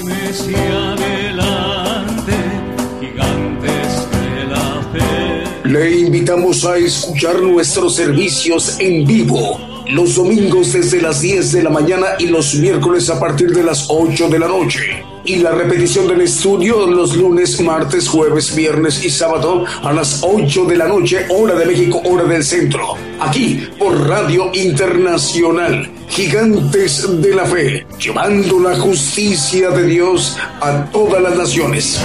hacia adelante, gigantes de la fe. Le invitamos a escuchar nuestros servicios en vivo los domingos desde las 10 de la mañana y los miércoles a partir de las 8 de la noche. Y la repetición del estudio los lunes, martes, jueves, viernes y sábado a las 8 de la noche, hora de México, hora del centro. Aquí por Radio Internacional, Gigantes de la Fe, llevando la justicia de Dios a todas las naciones.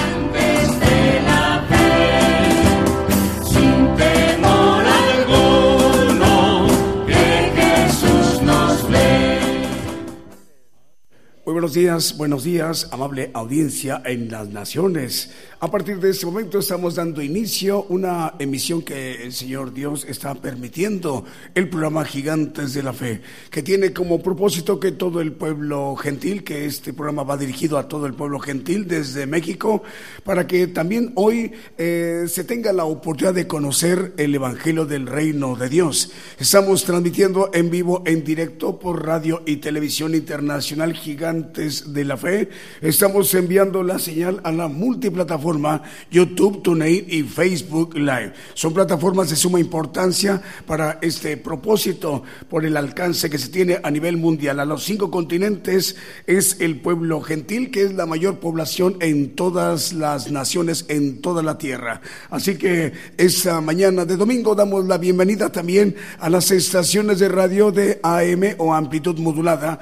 Buenos días, amable audiencia en las naciones. A partir de este momento estamos dando inicio a una emisión que el Señor Dios está permitiendo, el programa Gigantes de la Fe, que tiene como propósito que todo el pueblo gentil, que este programa va dirigido a todo el pueblo gentil desde México, para que también hoy se tenga la oportunidad de conocer el Evangelio del Reino de Dios. Estamos transmitiendo en vivo, en directo por Radio y Televisión Internacional Gigantes de la Fe. Estamos enviando la señal a la multiplataforma YouTube, TuneIn y Facebook Live. Son plataformas de suma importancia para este propósito, por el alcance que se tiene a nivel mundial. A los 5 continentes es el pueblo gentil, que es la mayor población en todas las naciones, en toda la tierra. Así que esta mañana de domingo damos la bienvenida también a las estaciones de radio de AM o amplitud modulada,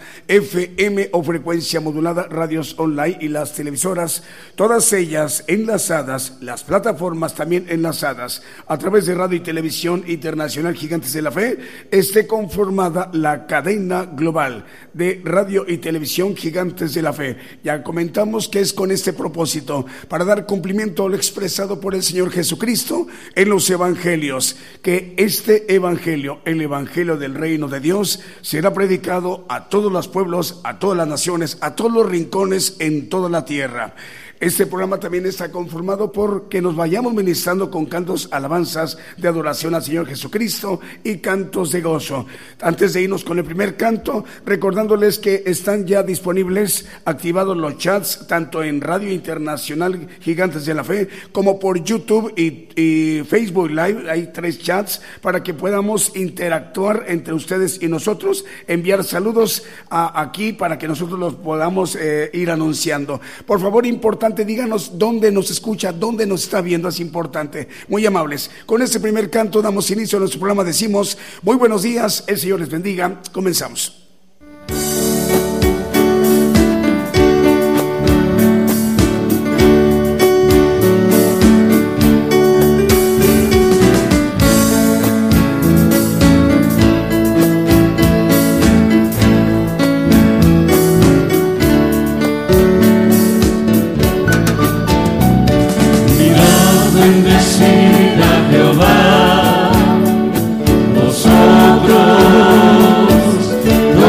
FM o frecuencia modulada, radios online y las televisoras, todas ellas enlazadas, las plataformas también enlazadas a través de Radio y Televisión Internacional Gigantes de la Fe. Esté conformada la cadena global de Radio y Televisión Gigantes de la Fe. Ya comentamos que es con este propósito, para dar cumplimiento a lo expresado por el Señor Jesucristo en los evangelios, que este evangelio, el evangelio del reino de Dios, será predicado a todos los pueblos, a todas las naciones, a todos los rincones en toda la tierra. Este programa también está conformado por que nos vayamos ministrando con cantos, alabanzas de adoración al Señor Jesucristo y cantos de gozo. Antes de irnos con el primer canto, recordándoles que están ya disponibles, activados los chats, tanto en Radio Internacional Gigantes de la Fe, como por YouTube y Facebook Live. Hay 3 chats para que podamos interactuar entre ustedes y nosotros, enviar saludos aquí para que nosotros los podamos ir anunciando. Por favor, importante, díganos dónde nos escucha, dónde nos está viendo, es importante. Muy amables. Con este primer canto damos inicio a nuestro programa. Decimos muy buenos días, el Señor les bendiga. Comenzamos. Bendecid a Jehová, vosotros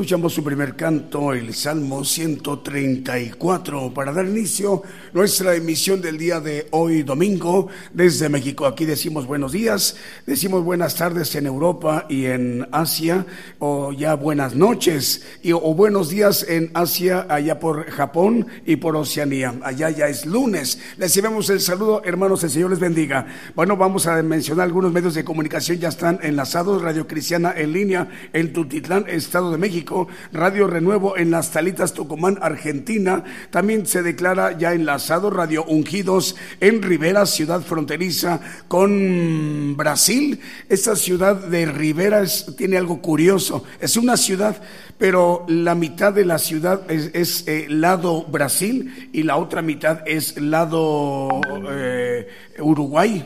escuchamos su primer canto, el Salmo 134, para dar inicio nuestra emisión del día de hoy, domingo, desde México. Aquí decimos buenos días, decimos buenas tardes en Europa y en Asia, o ya buenas noches, o buenos días en Asia, allá por Japón y por Oceanía. Allá ya es lunes. Les llevamos el saludo, hermanos, el Señor les bendiga. Bueno, vamos a mencionar algunos medios de comunicación, ya están enlazados: Radio Cristiana en línea en Tultitlán, Estado de México; Radio Renuevo en Las Talitas, Tucumán, Argentina. También se declara ya enlazado Radio Ungidos en Rivera, ciudad fronteriza con Brasil. Esta ciudad de Rivera tiene algo curioso. Es una ciudad, pero la mitad de la ciudad es lado Brasil y la otra mitad es lado Uruguay.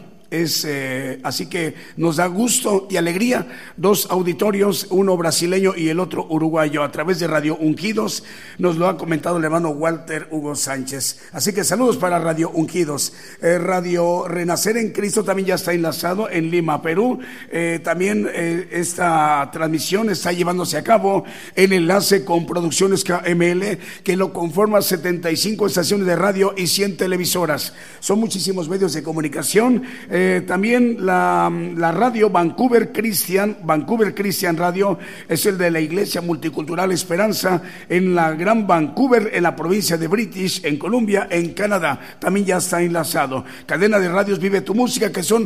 Así que nos da gusto y alegría. Dos auditorios, uno brasileño y el otro uruguayo, a través de Radio Ungidos. Nos lo ha comentado el hermano Walter Hugo Sánchez. Así que saludos para Radio Ungidos. Radio Renacer en Cristo también ya está enlazado en Lima, Perú. También esta transmisión está llevándose a cabo en enlace con Producciones KML, que lo conforma 75 estaciones de radio y 100 televisoras. Son muchísimos medios de comunicación. También la radio Vancouver Christian Radio es el de la Iglesia Multicultural Esperanza en la Gran Vancouver, en la provincia de British, en Columbia, en Canadá. También ya está enlazado. Cadena de radios Vive tu Música, que son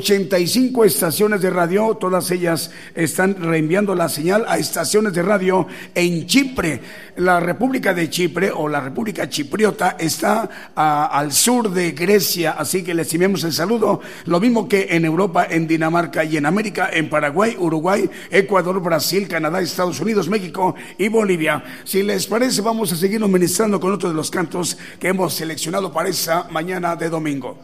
85 estaciones de radio. Todas ellas están reenviando la señal a estaciones de radio en Chipre. La República de Chipre, o la República Chipriota, está al sur de Grecia, así que les enviamos el saludo. Lo mismo que en Europa, en Dinamarca y en América, en Paraguay, Uruguay, Ecuador, Brasil, Canadá, Estados Unidos, México y Bolivia. Si les parece, vamos a seguirnos ministrando con otro de los cantos que hemos seleccionado para esa mañana de domingo.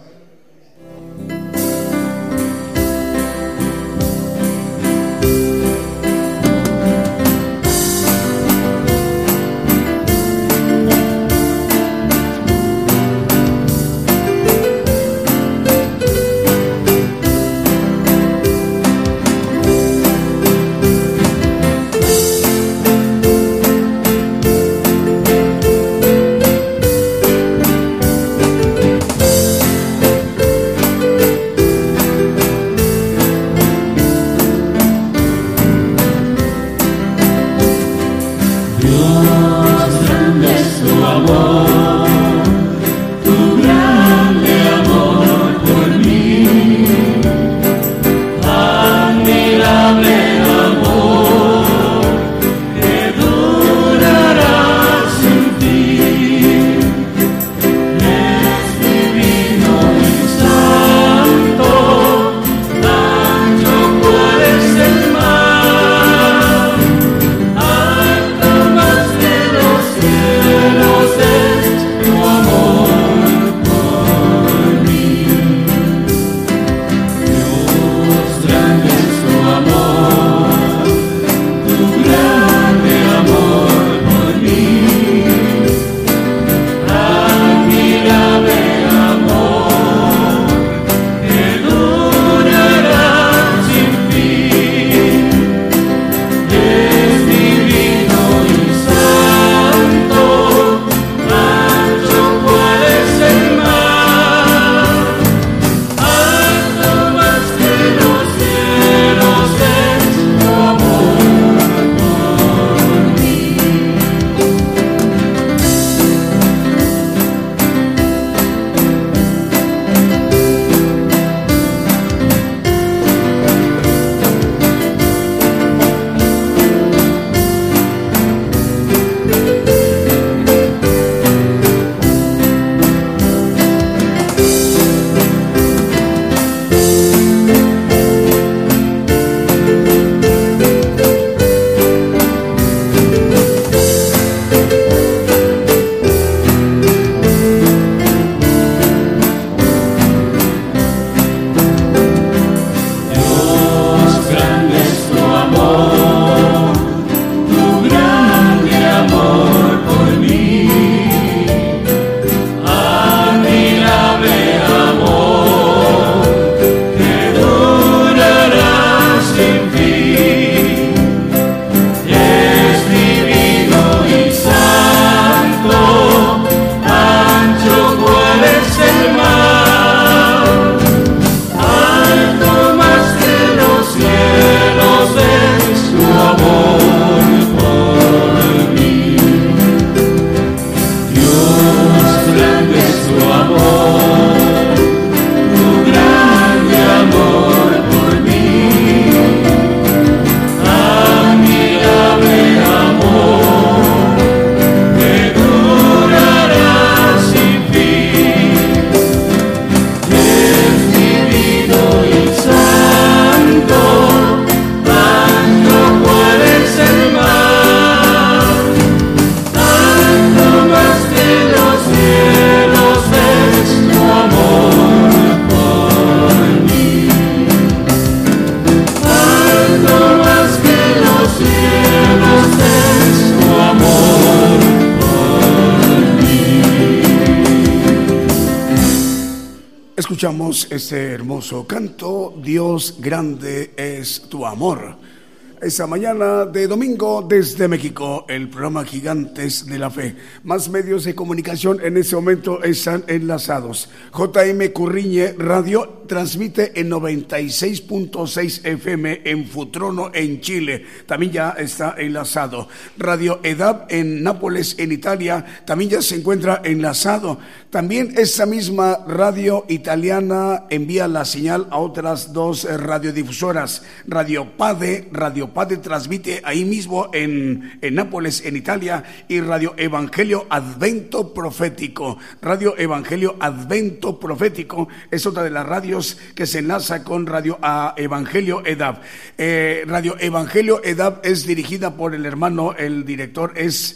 Escuchamos este hermoso canto, Dios grande es tu amor. Esta mañana de domingo desde México, el programa Gigantes de la Fe. Más medios de comunicación en este momento están enlazados. JM Curriñe Radio transmite en 96.6 FM en Futrono, en Chile. También ya está enlazado. Radio EDAP en Nápoles, en Italia, también ya se encuentra enlazado. También esta misma radio italiana envía la señal a otras dos radiodifusoras. Radio Pade transmite ahí mismo en Nápoles, en Italia, y Radio Evangelio Advento Profético. Radio Evangelio Advento Profético es otra de las radios que se enlaza con Radio Evangelio EDAP. Radio Evangelio EDAP es dirigida por el director es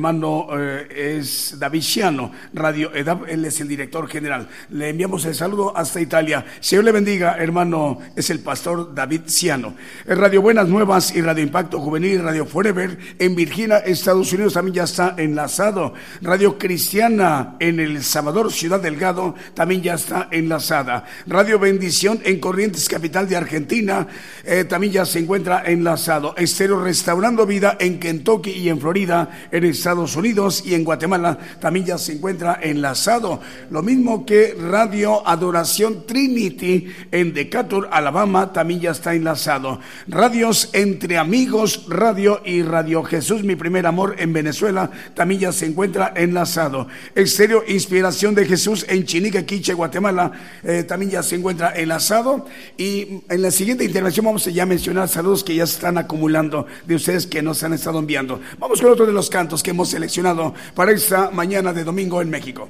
David Ciano. Radio EDAP, él es el director general. Le enviamos el saludo hasta Italia. Señor le bendiga, hermano, es el pastor David Ciano. Radio Buenas Nuevas y Radio Impacto Juvenil y Radio Forever en Virginia, Estados Unidos, también ya está enlazado. Radio Cristiana en El Salvador, Ciudad Delgado, también ya está enlazada. Radio Bendición en Corrientes, capital de Argentina, también ya se encuentra enlazado. Estéreo Restaurando Vida en Kentucky y en Florida, en Estados Unidos, y en Guatemala también ya se encuentra enlazado. Lo mismo que Radio Adoración Trinity en Decatur, Alabama, también ya está enlazado. Radios Entre Amigos Radio y Radio Jesús Mi Primer Amor en Venezuela también ya se encuentra enlazado. Estéreo Inspiración de Jesús en Chinique, Quiche, Guatemala, también ya se encuentra enlazado. Y en la siguiente intervención vamos a ya mencionar saludos que ya se están acumulando de ustedes que nos han estado enviando. Vamos con otro de los cantos que hemos seleccionado para esta mañana de domingo en México.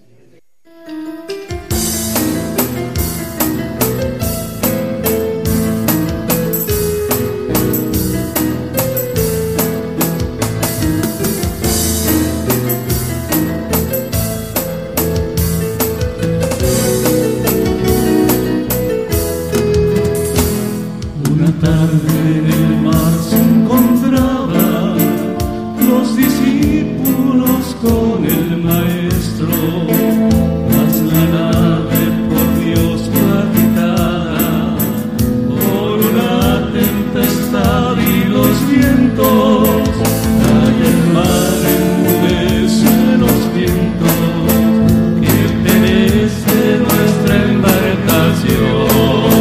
En el mar se encontraban los discípulos con el maestro, mas la nave por Dios fue agitada por una tempestad y los vientos. Hay el mar enmudece los vientos, que perece nuestra embarcación.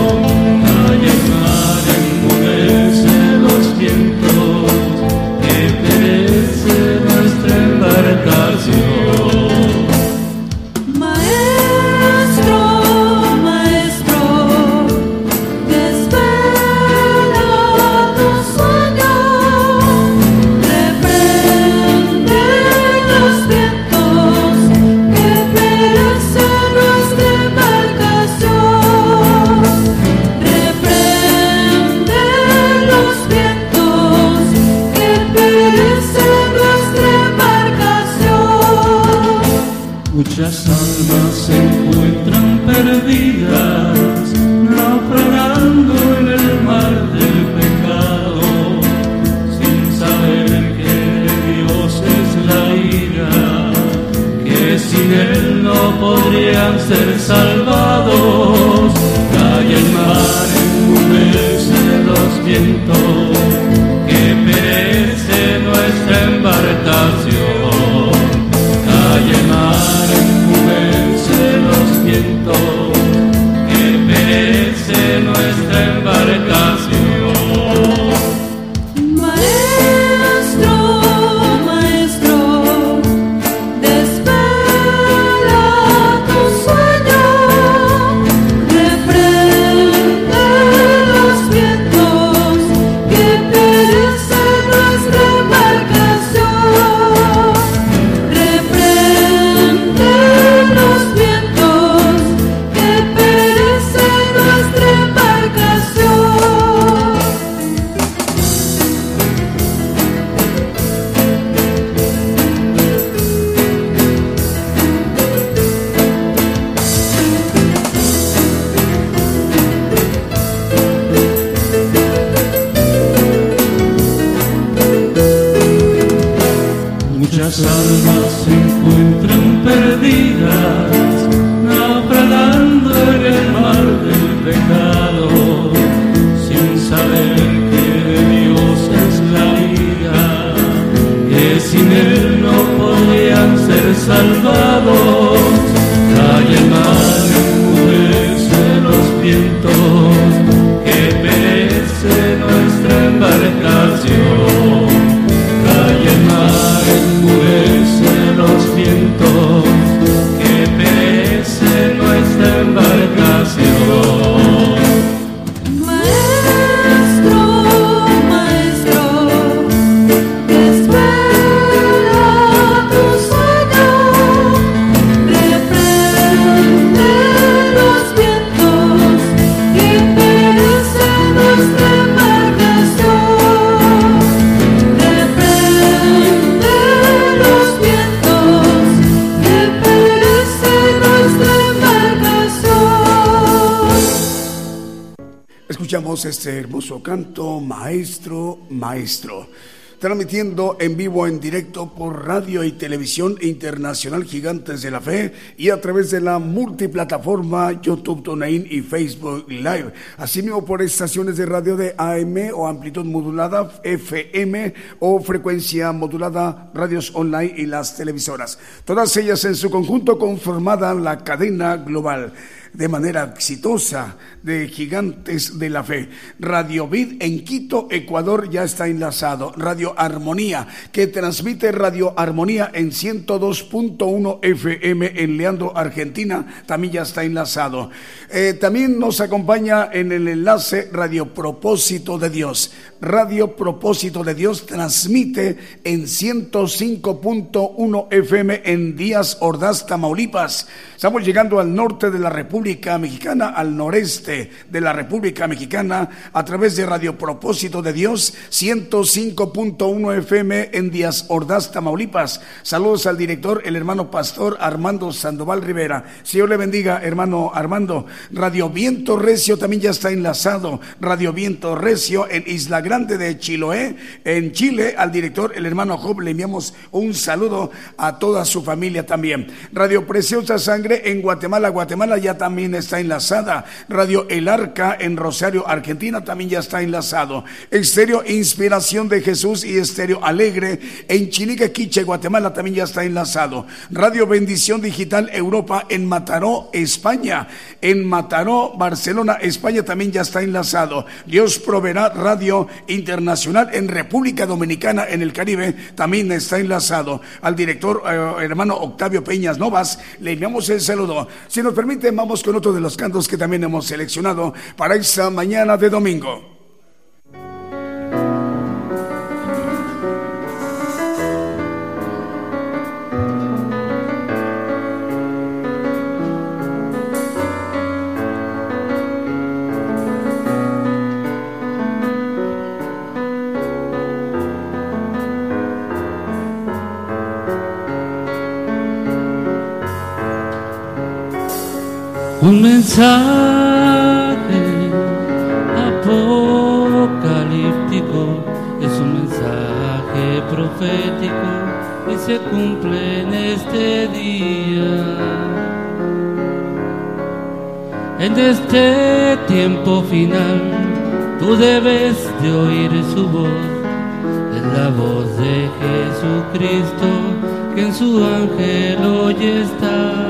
Muchas almas se encuentran perdidas, naufragando en el mar del pecado, sin saber que Dios es la ira, que sin Él no podrían ser salvados. Cae el mar, enmudece los vientos, que perece nuestra embarcación. Cae el mar, enmudece los vientos, que perece nuestra embarcación. Maestro, desvela tu sueño. vientos, que perece nuestra embarcación. Cae el mar, enmudece los vientos, que perece nuestra embarcación. Escuchamos este hermoso canto, Maestro, Maestro, transmitiendo en vivo, en directo por radio y televisión internacional Gigantes de la Fe y a través de la multiplataforma YouTube, TuneIn y Facebook Live. Asimismo por estaciones de radio de AM o amplitud modulada, FM o frecuencia modulada, radios online y las televisoras. Todas ellas en su conjunto conformaban la cadena global de manera exitosa de Gigantes de la Fe. Radio Vid en Quito, Ecuador, ya está enlazado. Radio Armonía, que transmite Radio Armonía en 102.1 FM en Leandro, Argentina, también ya está enlazado. También nos acompaña en el enlace Radio Propósito de Dios. Radio Propósito de Dios transmite en 105.1 FM en Díaz Ordaz, Tamaulipas. Estamos llegando al norte de la República Mexicana, al noreste de la República Mexicana, a través de Radio Propósito de Dios, 105.1 FM en Díaz Ordaz, Tamaulipas. Saludos al director, el hermano pastor Armando Sandoval Rivera. Señor le bendiga, hermano Armando. Radio Viento Recio también ya está enlazado. Radio Viento Recio en Isla Grande de Chiloé, en Chile, al director, el hermano Job. Le enviamos un saludo a toda su familia también. Radio Preciosa Sangre en Guatemala, Guatemala ya también está enlazada. Radio El Arca en Rosario, Argentina también ya está enlazado. Estéreo Inspiración de Jesús y Estéreo Alegre en Chiniquequiche, Guatemala también ya está enlazado. Radio Bendición Digital Europa en Mataró, España. En Mataró, Barcelona, España también ya está enlazado. Dios Proveerá Radio Internacional en República Dominicana, en el Caribe, también está enlazado. Al director, hermano Octavio Peñas Novas, le enviamos el saludo. Si nos permite, vamos con otro de los cantos que también hemos seleccionado para esta mañana de domingo. Un mensaje apocalíptico, es un mensaje profético y se cumple en este día. En este tiempo final tú debes de oír su voz, es la voz de Jesucristo que en su ángel hoy está.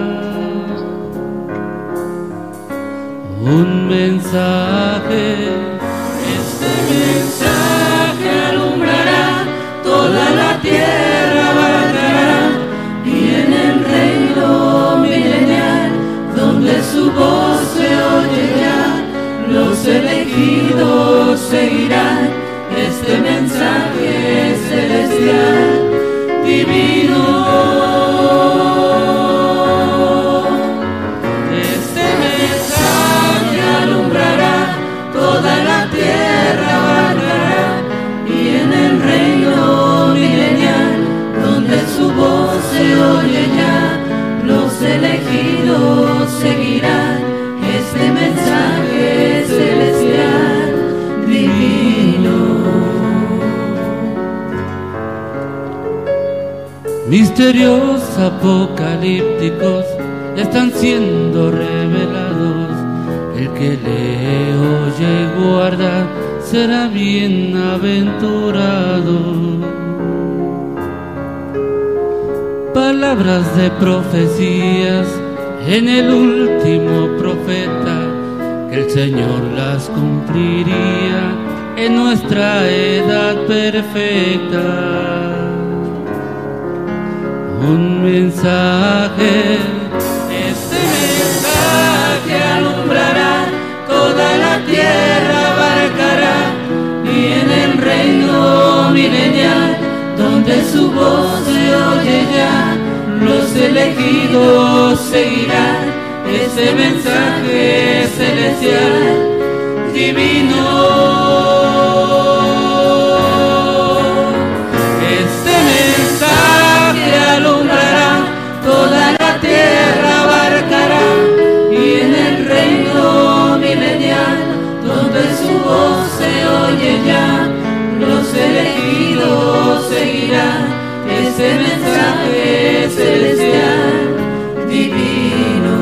Un mensaje, este mensaje alumbrará, toda la tierra abarcará, y en el reino milenial, donde su voz se oye ya, los elegidos seguirán este mensaje celestial, divino. Toda la tierra abarcará, y en el reino milenial, donde su voz se oye ya, los elegidos seguirán este mensaje celestial divino. Misterios apocalípticos están siendo revelados. El que lee, oye y guarda será bienaventurado. Palabras de profecías en el último profeta que el Señor las cumpliría en nuestra edad perfecta. Un mensaje, este mensaje alumbrará, toda la tierra abarcará, y en el reino milenial, donde su voz se oye ya, los elegidos seguirán ese mensaje celestial divino. Este mensaje alumbrará, toda la tierra abarcará, y en el reino milenial, donde su voz se oye ya, los elegidos seguirán ese mensaje celestial divino.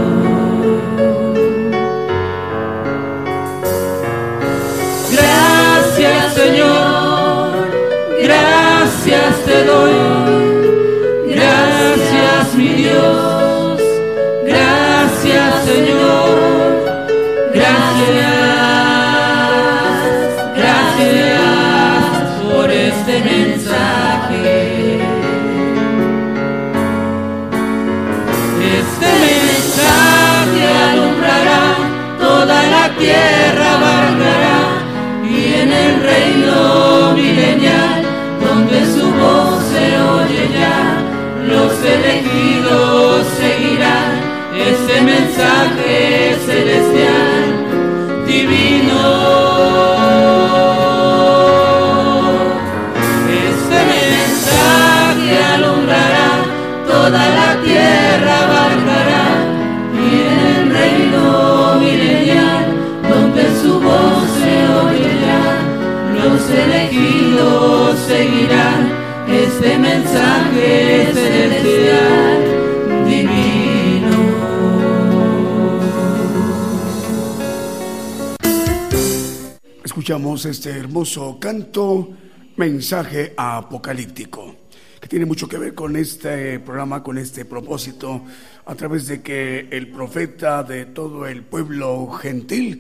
Gracias, Señor, gracias te doy, gracias mi Dios, gracias, Señor, gracias por este mensaje. Este mensaje alumbrará, toda la tierra abarcará, y en el reino milenial, donde su voz se oye ya, los elegidos seguirán ese mensaje celestial divino. Este mensaje alumbrará, toda la tierra abarcará, y en el reino milenial, donde su voz se oye ya, los elegidos seguirán este mensaje celestial divino. Escuchamos este hermoso canto, mensaje apocalíptico, que tiene mucho que ver con este programa, con este propósito, a través de que el profeta de todo el pueblo gentil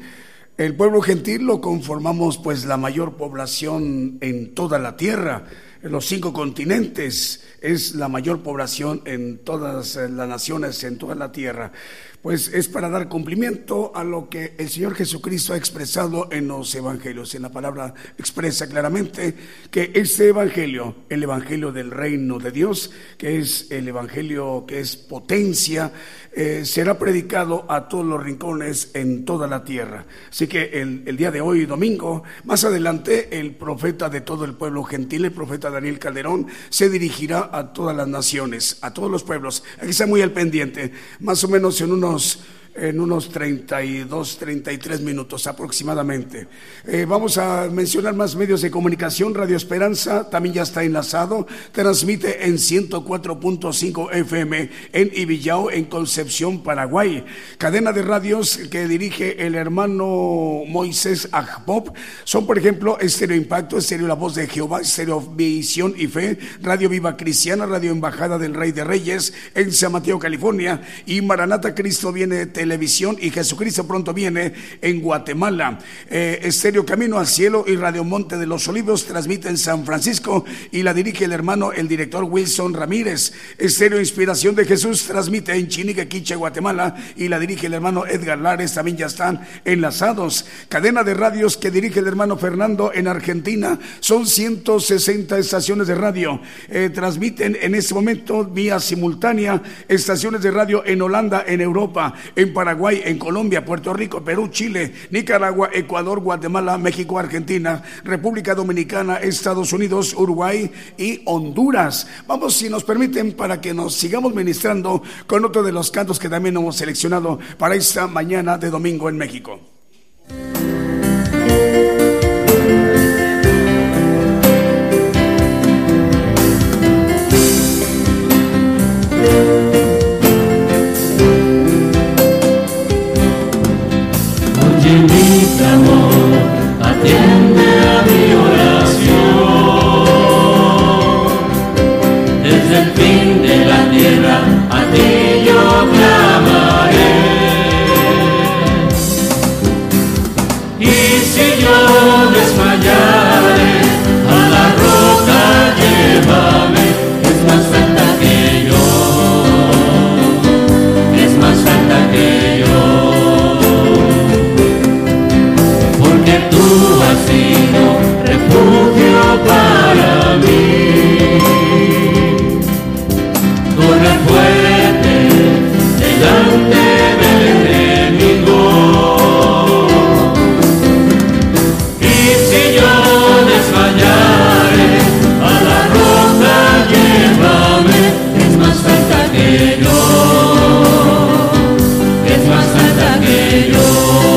lo conformamos pues la mayor población en toda la tierra, en los 5 continentes, es la mayor población en todas las naciones, en toda la tierra. Pues es para dar cumplimiento a lo que el Señor Jesucristo ha expresado en los evangelios. En la palabra expresa claramente que este evangelio, el evangelio del reino de Dios, que es el evangelio que es potencia, será predicado a todos los rincones en toda la tierra. Así que el día de hoy, domingo, más adelante, el profeta de todo el pueblo gentil, el profeta Daniel Calderón, se dirigirá a todas las naciones, a todos los pueblos. Hay que estar muy al pendiente, más o menos en unos 32, 33 minutos aproximadamente. Vamos a mencionar más medios de comunicación. Radio Esperanza también ya está enlazado, transmite en 104.5 FM en Ibillao, en Concepción, Paraguay. Cadena de radios que dirige el hermano Moisés Ajpop son, por ejemplo, Estéreo Impacto, Estéreo La Voz de Jehová, Estéreo Visión y Fe, Radio Viva Cristiana, Radio Embajada del Rey de Reyes en San Mateo, California, y Maranata Cristo Viene Televisión y Jesucristo Pronto Viene en Guatemala. Estéreo Camino al Cielo y Radio Monte de los Olivos transmite en San Francisco y la dirige el director Wilson Ramírez. Estéreo Inspiración de Jesús transmite en Chiniquequiche, Guatemala, y la dirige el hermano Edgar Lares, también ya están enlazados. Cadena de radios que dirige el hermano Fernando en Argentina, son 160 estaciones de radio. Transmiten en este momento vía simultánea estaciones de radio en Holanda, en Europa, en Paraguay, en Colombia, Puerto Rico, Perú, Chile, Nicaragua, Ecuador, Guatemala, México, Argentina, República Dominicana, Estados Unidos, Uruguay y Honduras. Vamos, si nos permiten, para que nos sigamos ministrando con otro de los cantos que también hemos seleccionado para esta mañana de domingo en México. Mi clamor, atiende a mi oración. Desde el fin de la tierra a ti yo clamaré. Y si yo desmayare, a la roca llévame, es más alta que yo, es más alta que yo, porque tú has sido refugio para mí. Corre fuerte delante del enemigo. Desmayare, a la roca llévame, es más alta que yo, es más alta que yo.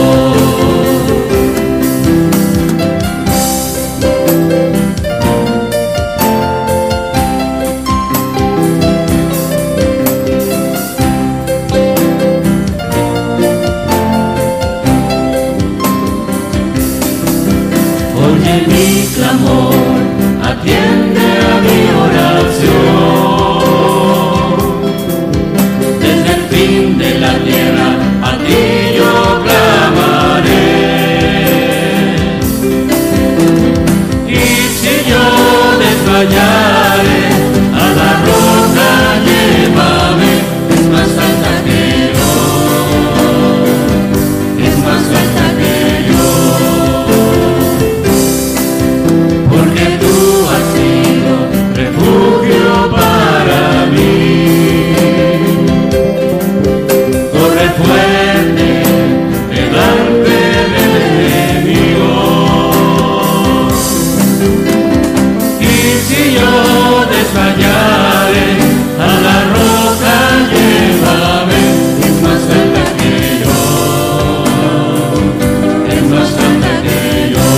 Oye mi clamor, atiende a mi oración. Desde el fin de la tierra a ti yo clamaré. Y si yo desmayare, a la roca llévame, es más alta que yo, es más alta que yo. Porque tú has sido refugio para mí. Corre fuerte delante del enemigo. Y si yo desmayare, a la roca llévame, es más alta que yo, es más alta que yo.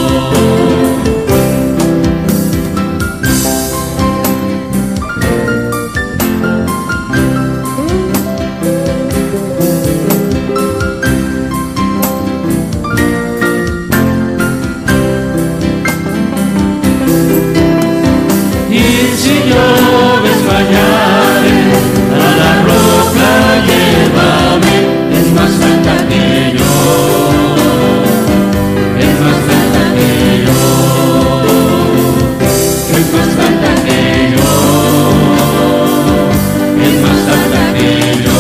Si yo desmayare, a la roca llévame, es más alta que yo, es más alta que yo, es más alta que yo, es más alta que yo.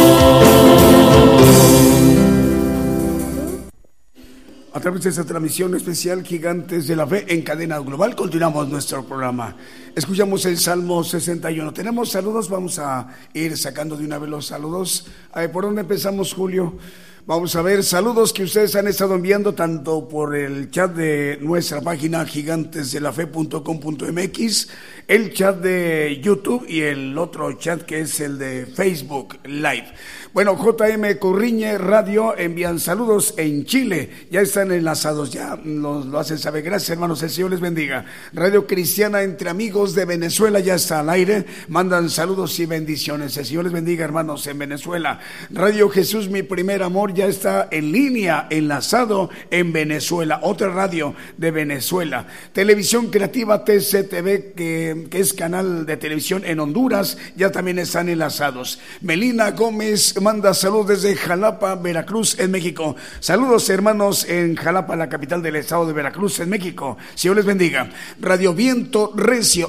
A través de esta transmisión especial Gigantes de la Fe en cadena global, continuamos nuestro programa. Escuchamos el Salmo 61. Tenemos saludos, vamos a ir sacando de una vez los saludos. ¿Por dónde empezamos, Julio? Vamos a ver saludos que ustedes han estado enviando tanto por el chat de nuestra página gigantesdelafe.com.mx, el chat de YouTube y el otro chat que es el de Facebook Live. Bueno, JM Corriñe Radio envían saludos en Chile, ya están enlazados, ya lo hacen saber. Gracias, hermanos, el Señor les bendiga. Radio Cristiana Entre Amigos de Venezuela ya está al aire, mandan saludos y bendiciones. El Señor les bendiga, hermanos, en Venezuela. Radio Jesús Mi Primer Amor ya está en línea, enlazado en Venezuela, otra radio de Venezuela. Televisión Creativa TCTV, que es canal de televisión en Honduras, ya también están enlazados. Melina Gómez manda saludos desde Jalapa, Veracruz, en México. Saludos, hermanos, en Jalapa, la capital del estado de Veracruz, en México. Señor les bendiga. Radio Viento Recio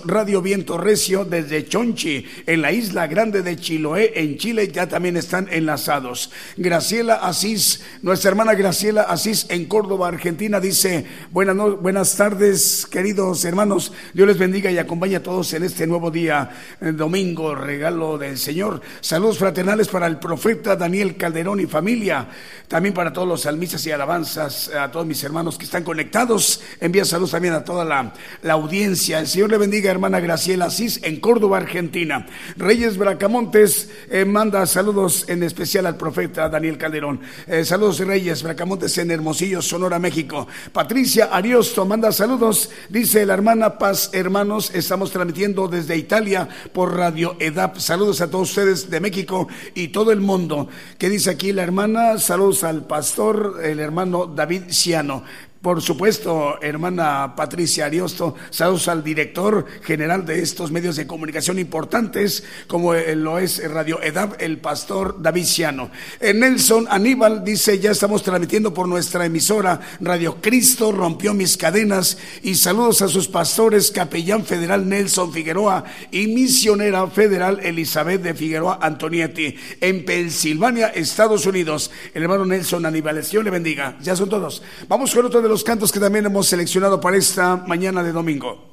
desde Chonchi, en la isla grande de Chiloé, en Chile, ya también están enlazados. Graciela Asís, nuestra hermana Graciela Asís en Córdoba, Argentina, dice: buenas tardes, queridos hermanos, Dios les bendiga y acompañe a todos en este nuevo día, domingo, regalo del Señor. Saludos fraternales para el profeta Daniel Calderón y familia, también para todos los salmistas y alabanzas, a todos mis hermanos que están conectados. Envía saludos también a toda la audiencia. El Señor le bendiga, hermana Graciela Asís en Córdoba, Argentina. Reyes Bracamontes manda saludos en especial al profeta Daniel Calderón. Saludos, Reyes Bracamontes en Hermosillo, Sonora, México. Patricia Ariosto manda saludos, dice la hermana: paz, hermanos, estamos transmitiendo desde Italia por Radio EDAP. Saludos a todos ustedes de México y todo el mundo. ¿Qué dice aquí la hermana? Saludos al pastor, el hermano David Ciano. Por supuesto, hermana Patricia Ariosto, saludos al director general de estos medios de comunicación importantes, como lo es Radio EDAP, el pastor David Ciano. Nelson Aníbal dice, ya estamos transmitiendo por nuestra emisora Radio Cristo rompió mis cadenas, y saludos a sus pastores, capellán federal Nelson Figueroa y misionera federal Elizabeth de Figueroa Antonietti, en Pensilvania, Estados Unidos. El hermano Nelson Aníbal, Dios le bendiga. Ya son todos. Vamos con otro de los cantos que también hemos seleccionado para esta mañana de domingo.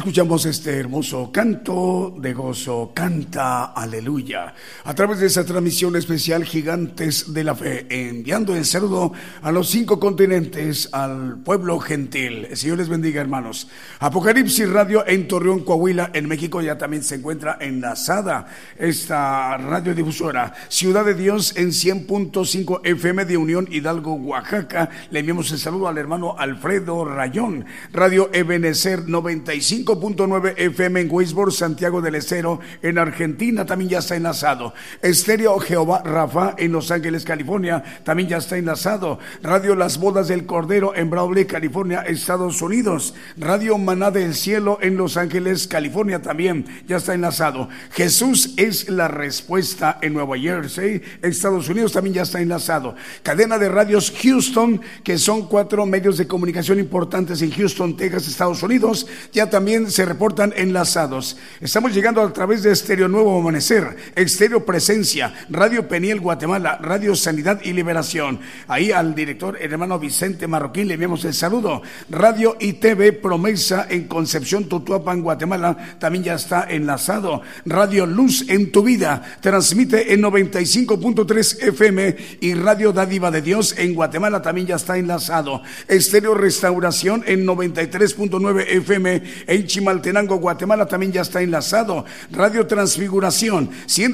Escuchamos este hermoso canto de gozo, canta aleluya, a través de esa transmisión especial Gigantes de la Fe, enviando el saludo a los 5 continentes, al pueblo gentil. El Señor les bendiga, hermanos. Apocalipsis Radio en Torreón, Coahuila, en México, ya también se encuentra enlazada esta radiodifusora. Ciudad de Dios en 100.5 FM de Unión Hidalgo, Oaxaca. Le enviamos el saludo al hermano Alfredo Rayón. Radio Ebenecer 95.9 FM en Weisborg, Santiago del Estero, en Argentina, también ya está enlazado. Estéreo Jehová Rafa en Los Ángeles, California, también ya está enlazado. Radio Las Bodas del Cordero en Brawley, California, Estados Unidos. Radio Maná del Cielo en Los Ángeles, California, también ya está enlazado. Jesús es la respuesta en Nueva Jersey, Estados Unidos, también ya está enlazado. Cadena de radios Houston, que son 4 medios de comunicación importantes en Houston, Texas, Estados Unidos, ya también se reportan enlazados. Estamos llegando a través de Estéreo Nuevo Amanecer, Estéreo Presencia, Radio Peniel Guatemala, Radio Sanidad y Liberación. Ahí al director, el hermano Vicente Marroquín, le enviamos el saludo. Radio y TV Promesa en Concepción, Tutuapan, Guatemala, también ya está enlazado. Radio Luz en tu vida, transmite en 95.3 FM, y Radio Dádiva de Dios en Guatemala también ya está enlazado. Estéreo Restauración en 93.9 FM en Chimaltenango, Guatemala, también ya está enlazado. Radio Transfiguración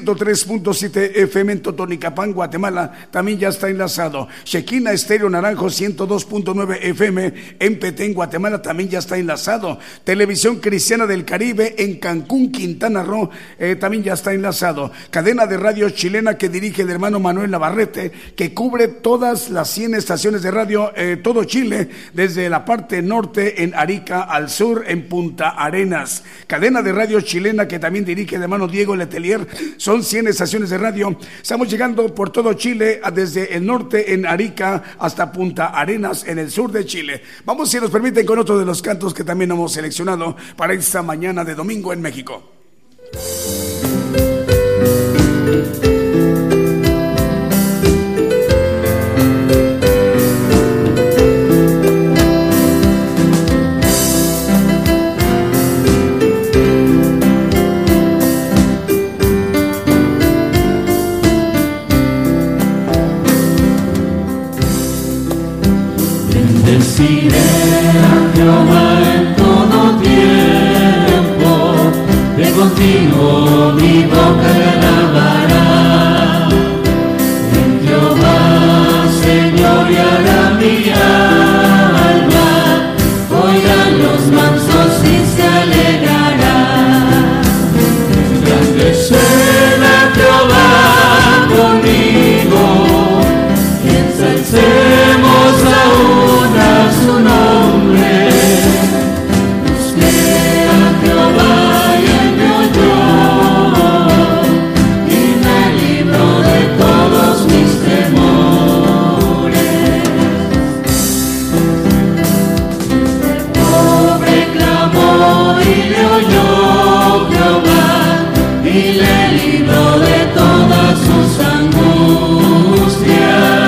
103.7 FM en Totonicapán, Guatemala, también ya está enlazado. Shekinah Estéreo Naranjo 102.9 FM en Petén, Guatemala, también ya está enlazado. Televisión Cristiana del Caribe en Cancún, Quintana Roo, también ya está enlazado. Cadena de radio chilena que dirige el hermano Manuel Navarrete, que cubre todas las 100 estaciones de radio, todo Chile, desde la parte norte en Arica al sur en Punta Arenas. Cadena de radio chilena que también dirige el hermano Diego Letelier, son 100 estaciones de radio. Estamos llegando por todo Chile, desde el norte en Arica hasta Punta Arenas en el sur de Chile. Vamos, si nos permiten, con otro de los cantos que también hemos seleccionado para esta mañana de domingo en México. Bendeciré a Jehová en todo tiempo, de continuo mi boca le alabará. En Jehová se gloriará mi alma, oirán los mansos y se alegrará. Engrandecer a Jehová conmigo, y ensalcemos aún a su nombre. Busqué a Jehová y él me oyó, y me libró de todos mis temores. El pobre clamó y le oyó Jehová, y le libró de todas sus angustias.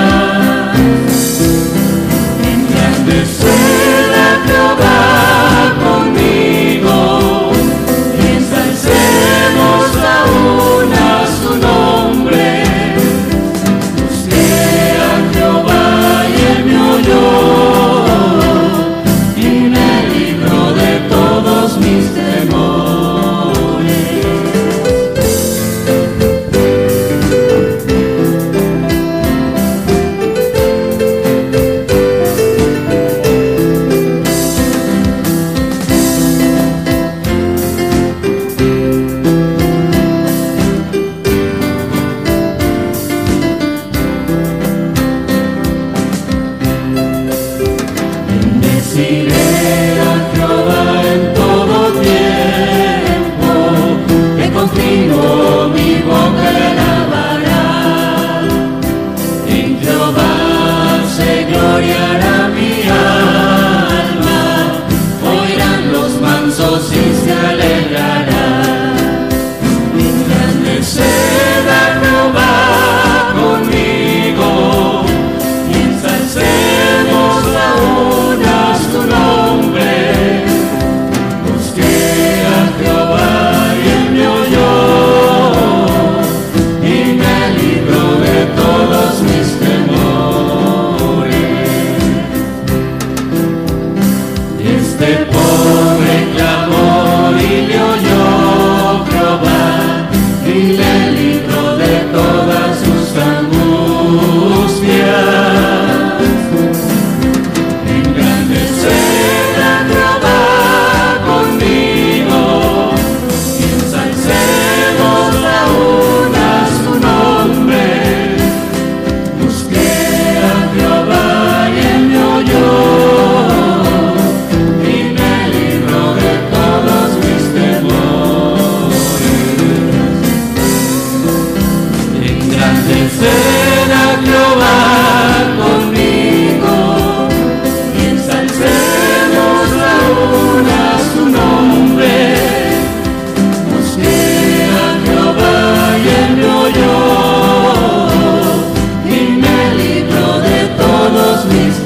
Engrandecer a Jehová conmigo, y ensalcemos aún a su nombre. Busqué a Jehová y él me oyó, y me libró de todos mis temores. Bendeciré a Jehová en todo tiempo, de continuo mi boca le alabará. En Jehová se gloriará mi alma, oirán los mansos y se alegrará. Engrandecer a Jehová conmigo, y ensalcemos aún a su nombre. Este pobre clamó y le oyó Jehová, y le libró de todas sus angustias. Engrandecer a Jehová conmigo, y ensalcemos aún a su nombre. Busqué a Jehová y él me oyó. Engrandecer a Jehová conmigo, y ensalcemos aún a su nombre. Busqué a Jehová y él me oyó, y me libró de todos mis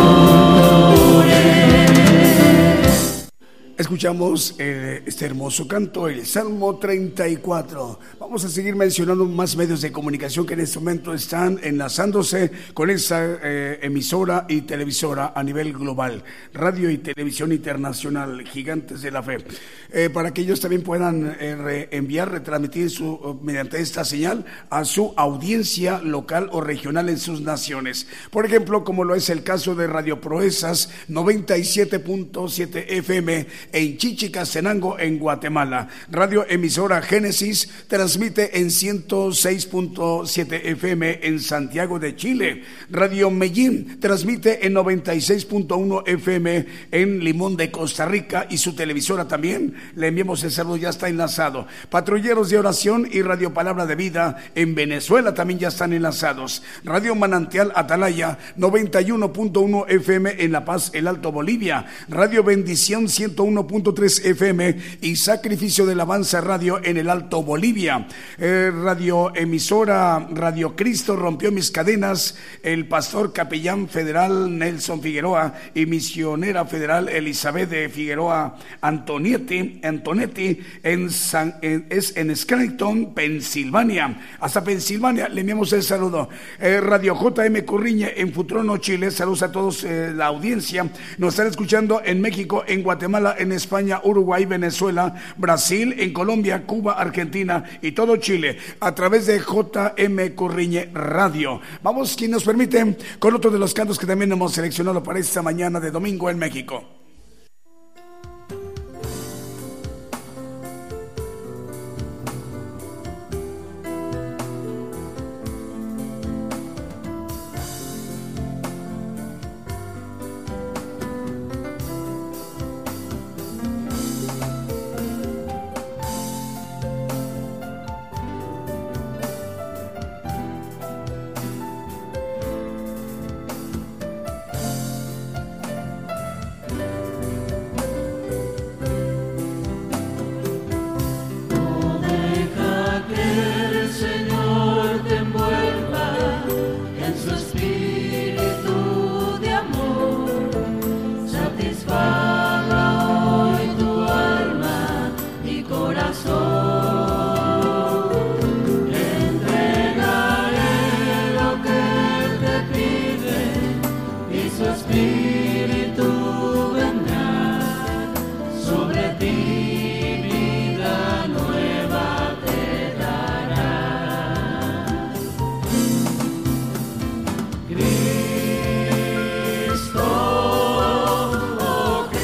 temores. Escuchamos este hermoso canto, el Salmo 34. Vamos a seguir mencionando más medios de comunicación que en este momento están enlazándose con esa emisora y televisora a nivel global, Radio y Televisión Internacional, Gigantes de la Fe, para que ellos también puedan retransmitir mediante esta señal a su audiencia local o regional en sus naciones. Por ejemplo, como lo es el caso de Radio Proezas 97.7 FM en Chichicastenango, en Guatemala. Radio Emisora Génesis transmite en 106.7 FM en Santiago de Chile. Radio Medellín transmite en 96.1 FM en Limón de Costa Rica, y su televisora también, le enviamos el saludo, ya está enlazado. Patrulleros de Oración y Radio Palabra de Vida en Venezuela también ya están enlazados. Radio Manantial Atalaya 91.1 FM en La Paz, el Alto Bolivia. Radio Bendición 101.3 FM y Sacrificio de Alabanza Radio en el Alto Bolivia. Radio Emisora Radio Cristo rompió mis cadenas, el pastor capellán federal Nelson Figueroa y misionera federal Elizabeth de Figueroa Antonetti en Scranton, Pensilvania. Hasta Pensilvania le enviamos el saludo. Radio JM Curriñe en Futrono, Chile. Saludos a todos la audiencia. Nos están escuchando en México, en Guatemala, en España, Uruguay, Venezuela, Brasil, en Colombia, Cuba, Argentina y todo Chile a través de JM Curriñe Radio. Vamos, quien nos permite, con otro de los cantos que también hemos seleccionado para esta mañana de domingo en México. Cristo, oh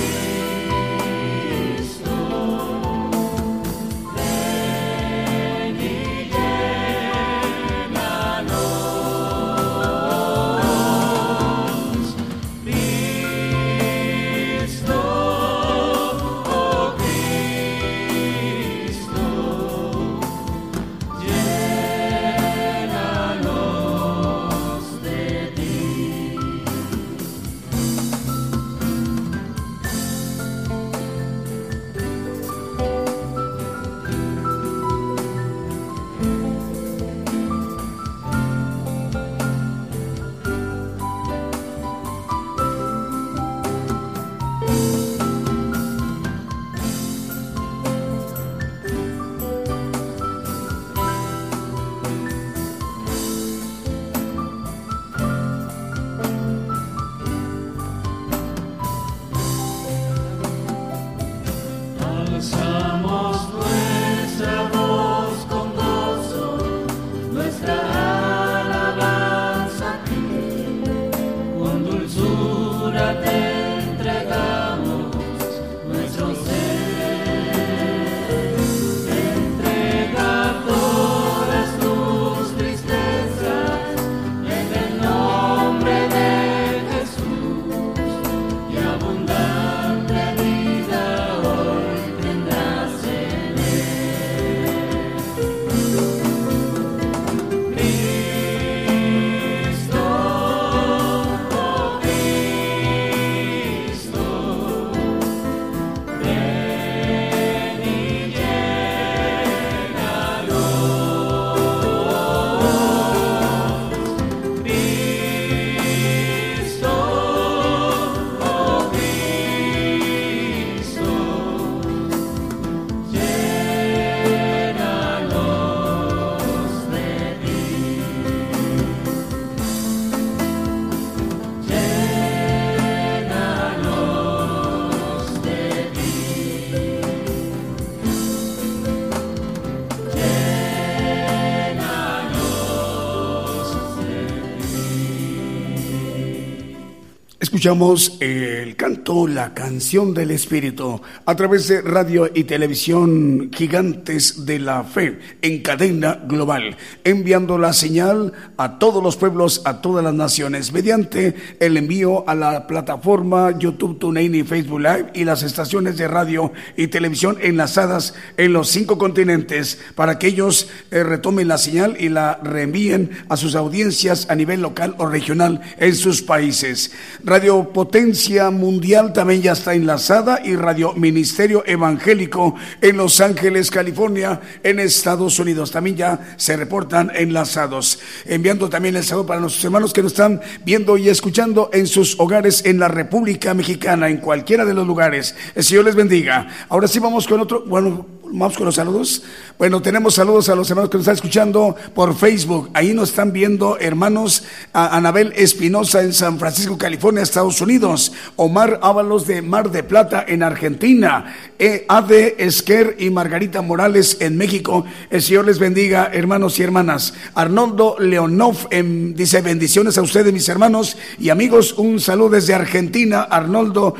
Escuchamos el canto, la canción del Espíritu, a través de radio y televisión Gigantes de la Fe, en cadena global, enviando la señal a todos los pueblos, a todas las naciones, mediante el envío a la plataforma YouTube, TuneIn y Facebook Live, y las estaciones de radio y televisión enlazadas en los 5 continentes, para que ellos retomen la señal y la reenvíen a sus audiencias a nivel local o regional en sus países. Radio Potencia Mundial también ya está enlazada, y Radio Ministerio Evangélico en Los Ángeles, California, en Estados Unidos, también ya se reportan enlazados, enviando también el saludo para nuestros hermanos que nos están viendo y escuchando en sus hogares en la República Mexicana, en cualquiera de los lugares. El Señor les bendiga. Ahora sí vamos con otro, vamos con los saludos. Bueno, tenemos saludos a los hermanos que nos están escuchando por Facebook. Ahí nos están viendo hermanos Anabel Espinosa en San Francisco, California, Estados Unidos. Omar Ábalos de Mar de Plata en Argentina. Ade Esquer y Margarita Morales en México. El Señor les bendiga, hermanos y hermanas. Arnoldo Leonov dice: bendiciones a ustedes, mis hermanos y amigos. Un saludo desde Argentina. Arnoldo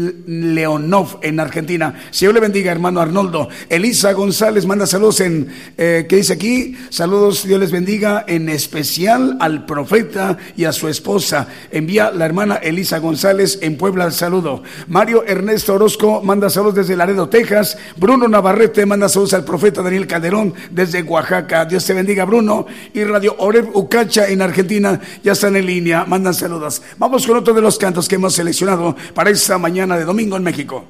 Leonov en Argentina. Señor le bendiga, hermano Arnoldo. Elisa González manda saludos ¿qué dice aquí? Saludos, Dios les bendiga, en especial al profeta y a su esposa. Envía la hermana Elisa González en Puebla el saludo. Mario Ernesto Orozco manda saludos desde Laredo, Texas. Bruno Navarrete manda saludos al profeta Daniel Calderón desde Oaxaca. Dios te bendiga, Bruno. Y Radio Oreb Ucacha en Argentina ya están en línea, mandan saludos. Vamos con otro de los cantos que hemos seleccionado para esta mañana de domingo en México.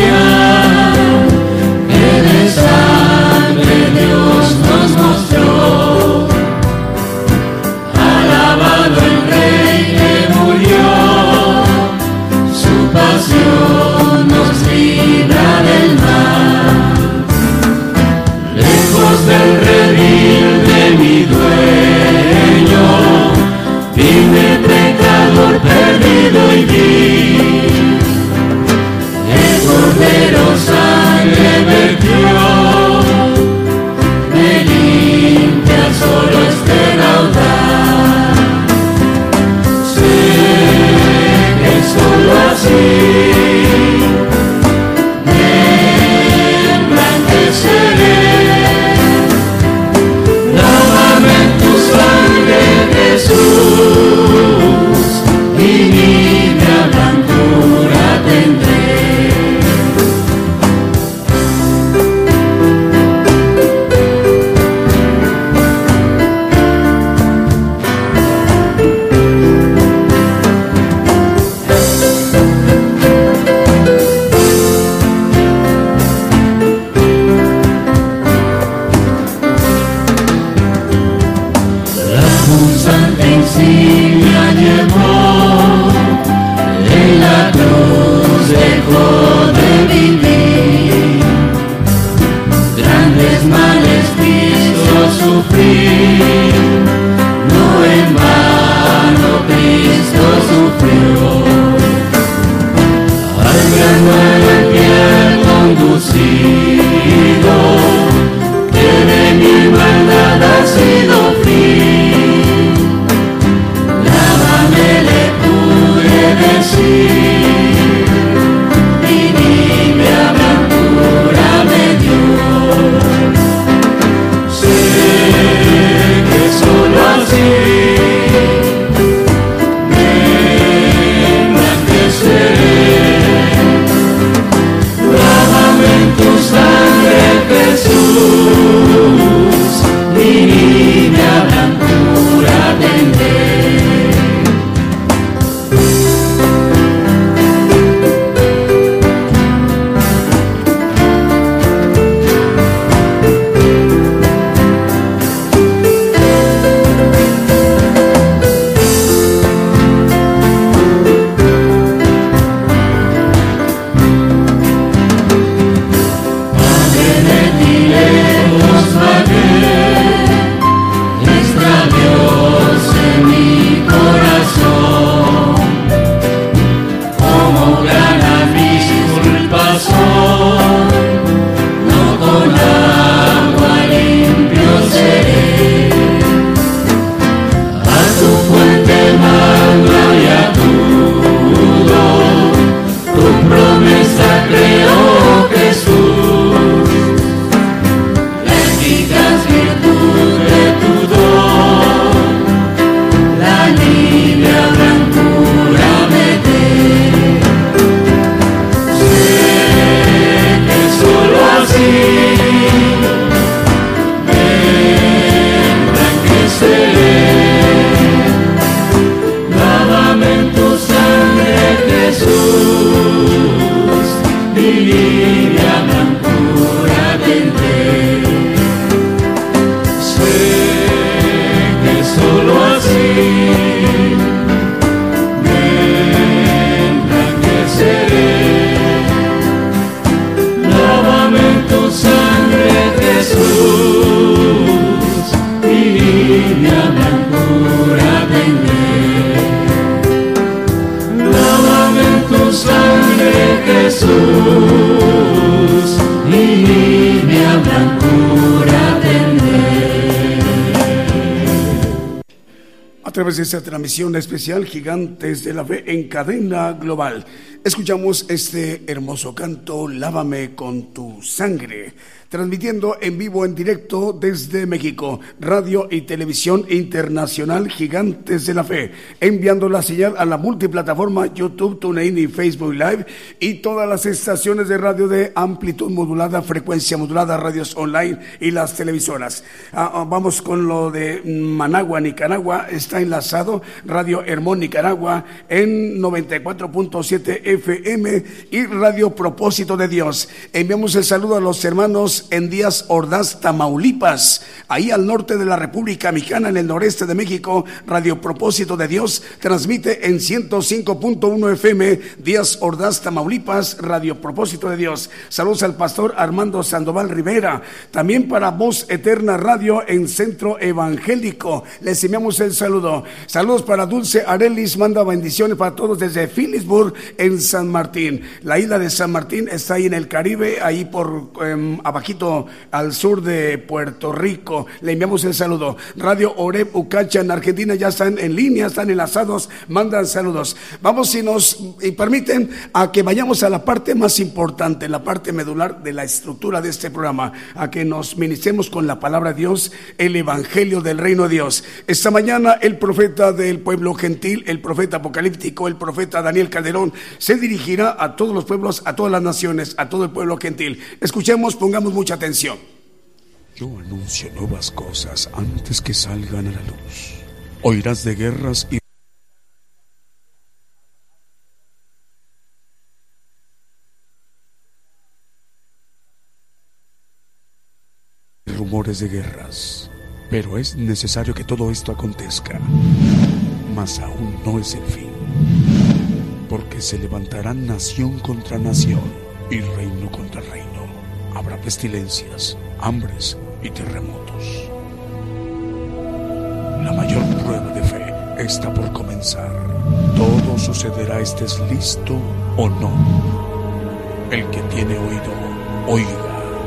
Dios nos mostró. así me emblanqueceré. Lávame en tu sangre, Jesús, y mi blancura tendré. Lávame en tu sangre, Jesús, y mi blancura tendré. A través de esta transmisión especial Gigantes de la Fe en cadena global, escuchamos este hermoso canto, Lávame con tu sangre, transmitiendo en vivo, en directo desde México, radio y televisión internacional Gigantes de la Fe, enviando la señal a la multiplataforma YouTube, TuneIn y Facebook Live, y todas las estaciones de radio de amplitud modulada, frecuencia modulada, radios online y las televisoras. Vamos con lo de Managua, Nicaragua, está enlazado Radio Hermón, Nicaragua, en 94.7 FM y Radio Propósito de Dios. Enviamos el saludo a los hermanos en Díaz Ordaz, Tamaulipas, ahí al norte de la República Mexicana, en el noreste de México. Radio Propósito de Dios transmite en 105.1 FM, Díaz Ordaz, Tamaulipas, Radio Propósito de Dios. Saludos al pastor Armando Sandoval Rivera, también para Voz Eterna Radio en Centro Evangélico. Les enviamos el saludo. Saludos para Dulce Arelis, manda bendiciones para todos desde Phillipsburg en San Martín. La isla de San Martín está ahí en el Caribe, ahí por abajito al sur de Puerto Rico. Le enviamos el saludo. Radio Oreb Ucacha en Argentina ya están en línea, están enlazados, mandan saludos. Vamos, si nos permiten, a que vayamos a la parte más importante, la parte medular de la estructura de este programa, a que nos ministremos con la palabra de Dios, el evangelio del reino de Dios. Esta mañana el profeta del pueblo gentil, el profeta apocalíptico, el profeta Daniel Calderón, se dirigirá a todos los pueblos, a todas las naciones, a todo el pueblo gentil. Escuchemos, pongamos mucha atención. Yo anuncio nuevas cosas antes que salgan a la luz. Oirás de guerras y rumores de guerras. Pero es necesario que todo esto acontezca. Mas aún no es el fin. Porque se levantarán nación contra nación y reino contra reino. Habrá pestilencias, hambres y terremotos. La mayor prueba de fe está por comenzar. Todo sucederá, estés listo o no. El que tiene oído, oiga.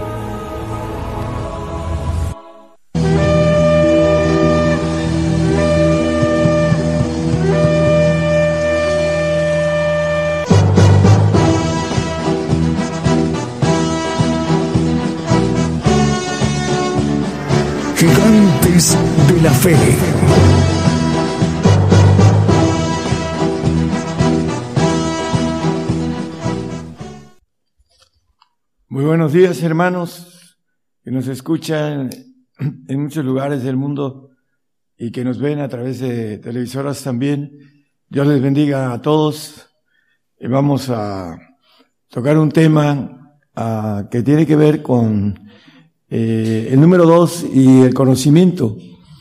Gigantes de la Fe. Muy buenos días, hermanos que nos escuchan en muchos lugares del mundo y que nos ven a través de televisoras también. Dios les bendiga a todos. Vamos a tocar un tema que tiene que ver con el número 2 y el conocimiento.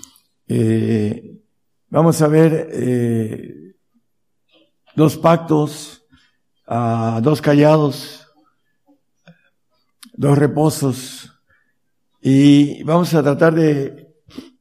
Vamos a ver dos pactos, dos callados, dos reposos, y vamos a tratar de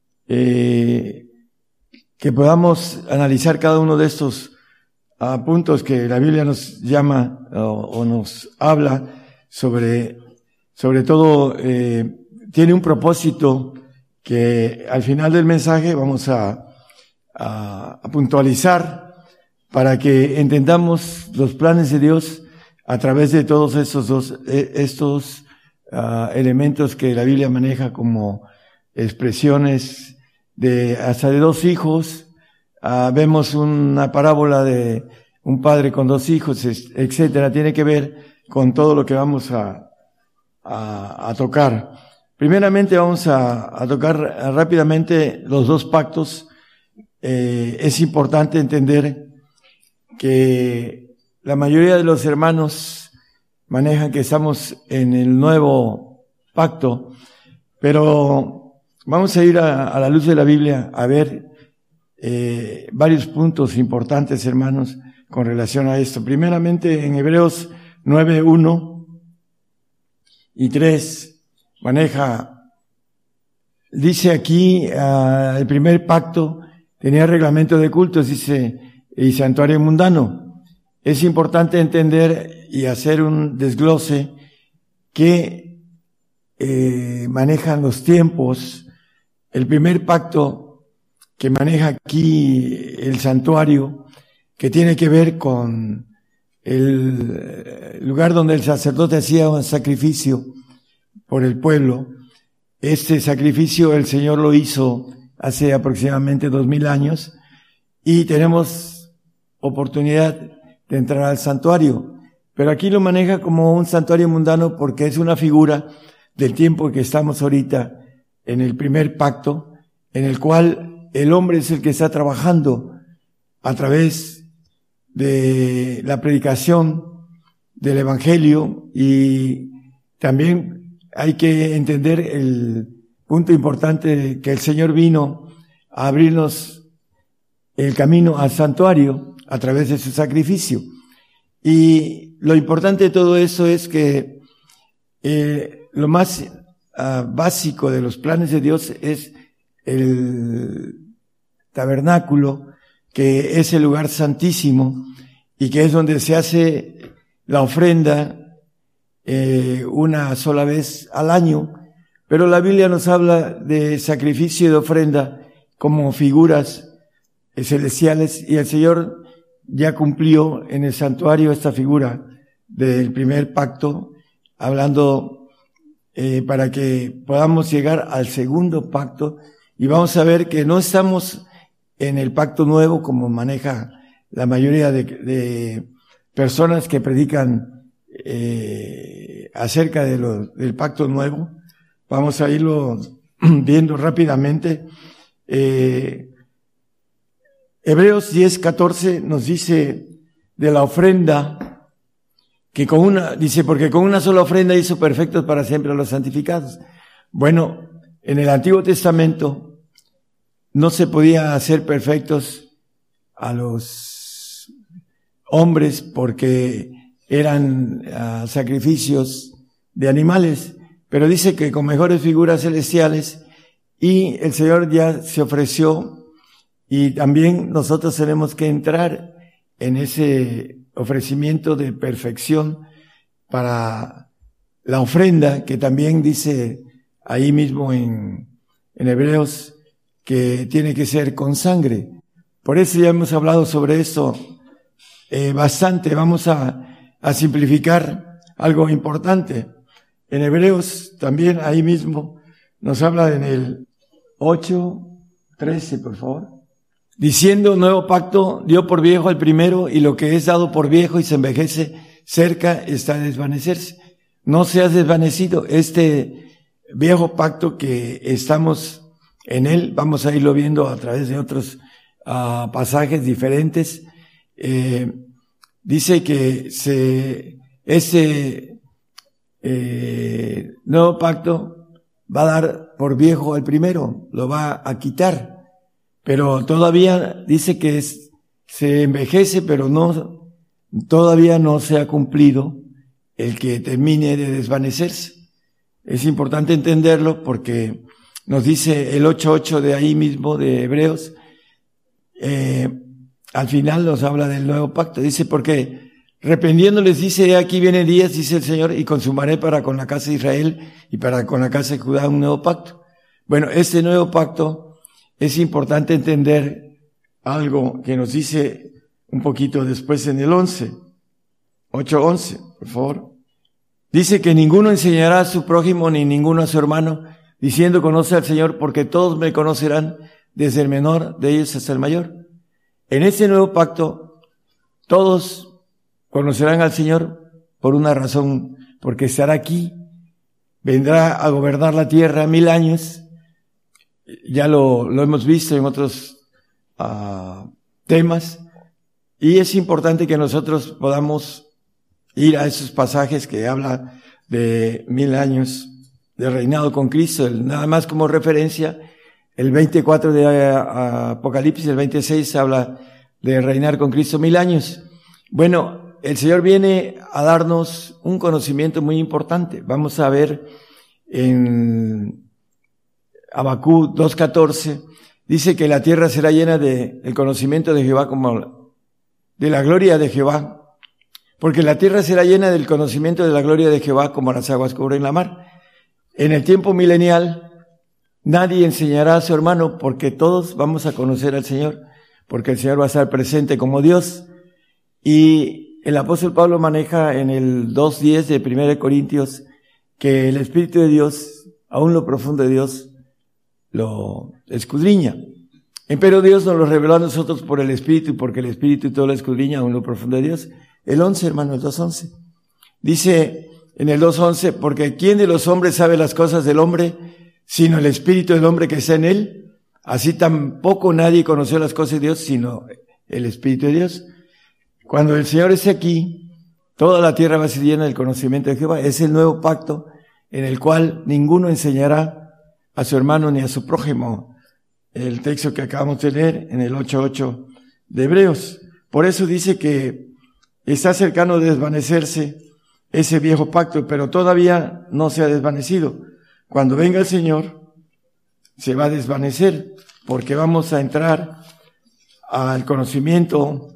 que podamos analizar cada uno de estos puntos que la Biblia nos llama o nos habla sobre todo, tiene un propósito que al final del mensaje vamos a puntualizar para que entendamos los planes de Dios a través de todos estos elementos que la Biblia maneja como expresiones hasta de dos hijos. Vemos una parábola de un padre con dos hijos, etcétera. Tiene que ver con todo lo que vamos a tocar. Primeramente vamos a tocar rápidamente los dos pactos. Es importante entender que la mayoría de los hermanos manejan que estamos en el nuevo pacto, pero vamos a ir a la luz de la Biblia a ver varios puntos importantes, hermanos, con relación a esto. Primeramente, en Hebreos 9, 1 y 3, dice aquí, el primer pacto tenía reglamento de cultos, dice, y santuario mundano. Es importante entender y hacer un desglose que manejan los tiempos. El primer pacto que maneja aquí el santuario, que tiene que ver con el lugar donde el sacerdote hacía un sacrificio por el pueblo. Este sacrificio el Señor lo hizo hace aproximadamente 2000 años y tenemos oportunidad de entrar al santuario. Pero aquí lo maneja como un santuario mundano porque es una figura del tiempo que estamos ahorita en el primer pacto, en el cual el hombre es el que está trabajando a través de la predicación del Evangelio, y también hay que entender el punto importante que el Señor vino a abrirnos el camino al santuario a través de su sacrificio. Y lo importante de todo eso es que lo más básico de los planes de Dios es el tabernáculo, que es el lugar santísimo y que es donde se hace la ofrenda una sola vez al año. Pero la Biblia nos habla de sacrificio y de ofrenda como figuras celestiales, y el Señor ya cumplió en el santuario esta figura del primer pacto, hablando para que podamos llegar al segundo pacto. Y vamos a ver que no estamos en el pacto nuevo como maneja la mayoría de personas que predican acerca del pacto nuevo. Vamos a irlo viendo rápidamente. Hebreos 10:14 nos dice de la ofrenda, que porque con una sola ofrenda hizo perfectos para siempre a los santificados. Bueno, en el Antiguo Testamento no se podía hacer perfectos a los hombres porque eran sacrificios de animales, pero dice que con mejores figuras celestiales, y el Señor ya se ofreció, y también nosotros tenemos que entrar en ese ofrecimiento de perfección para la ofrenda, que también dice ahí mismo en Hebreos que tiene que ser con sangre. Por eso ya hemos hablado sobre eso bastante. Vamos a simplificar algo importante. En Hebreos también ahí mismo nos habla en el 8:13, por favor. Diciendo, nuevo pacto dio por viejo el primero, y lo que es dado por viejo y se envejece, cerca está a desvanecerse. No se ha desvanecido este viejo pacto que estamos en él. Vamos a irlo viendo a través de otros pasajes diferentes. Dice que ese nuevo pacto va a dar por viejo al primero, lo va a quitar. Pero todavía dice que se envejece, pero todavía no se ha cumplido el que termine de desvanecerse. Es importante entenderlo porque nos dice el 8:8 de ahí mismo de Hebreos, al final nos habla del nuevo pacto. Dice, porque reprendiéndoles dice, aquí viene días, dice el Señor, y consumaré para con la casa de Israel y para con la casa de Judá un nuevo pacto. Bueno, este nuevo pacto, es importante entender algo que nos dice un poquito después en el 8:11, por favor. Dice que ninguno enseñará a su prójimo ni ninguno a su hermano, diciendo, conoce al Señor, porque todos me conocerán, desde el menor de ellos hasta el mayor. En este nuevo pacto, todos conocerán al Señor por una razón, porque estará aquí, vendrá a gobernar la tierra 1000 años. Ya lo hemos visto en otros temas, y es importante que nosotros podamos ir a esos pasajes que habla de 1000 años de reinado con Cristo. Nada más como referencia, el 24 de Apocalipsis, el 26 habla de reinar con Cristo 1000 años. Bueno, el Señor viene a darnos un conocimiento muy importante. Vamos a ver en Habacuc 2:14, dice que la tierra será llena del conocimiento de Jehová como de la gloria de Jehová, porque la tierra será llena del conocimiento de la gloria de Jehová como las aguas cubren la mar. En el tiempo milenial, nadie enseñará a su hermano, porque todos vamos a conocer al Señor, porque el Señor va a estar presente como Dios. Y el apóstol Pablo maneja en el 2:10 de 1 Corintios que el Espíritu de Dios, aún lo profundo de Dios, lo escudriña. Pero Dios nos lo reveló a nosotros por el Espíritu, porque el Espíritu todo lo escudriña, aún lo profundo de Dios. El 11, hermano, el 2:11. Dice en el 2:11, porque ¿quién de los hombres sabe las cosas del hombre, sino el Espíritu del hombre que está en él? Así tampoco nadie conoció las cosas de Dios, sino el Espíritu de Dios. Cuando el Señor esté aquí, toda la tierra va a ser llena del conocimiento de Jehová. Es el nuevo pacto en el cual ninguno enseñará a su hermano ni a su prójimo. El texto que acabamos de leer en el 8:8 de Hebreos. Por eso dice que está cercano de desvanecerse ese viejo pacto, pero todavía no se ha desvanecido. Cuando venga el Señor, se va a desvanecer, porque vamos a entrar al conocimiento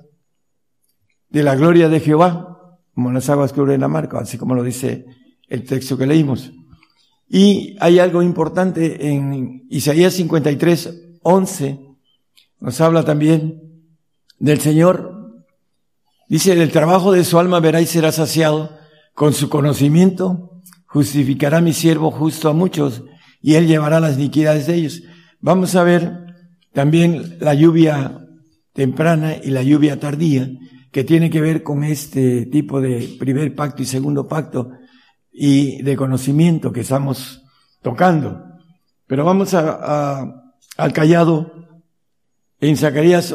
de la gloria de Jehová, como las aguas cubren la mar, así como lo dice el texto que leímos. Y hay algo importante en Isaías 53:11, nos habla también del Señor. Dice, del trabajo de su alma verá y será saciado, con su conocimiento justificará mi siervo justo a muchos, y él llevará las iniquidades de ellos. Vamos a ver también la lluvia temprana y la lluvia tardía, que tiene que ver con este tipo de primer pacto y segundo pacto y de conocimiento que estamos tocando. Pero vamos al cayado en Zacarías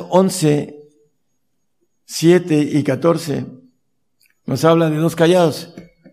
11:7 y 14. Nos habla de dos cayados,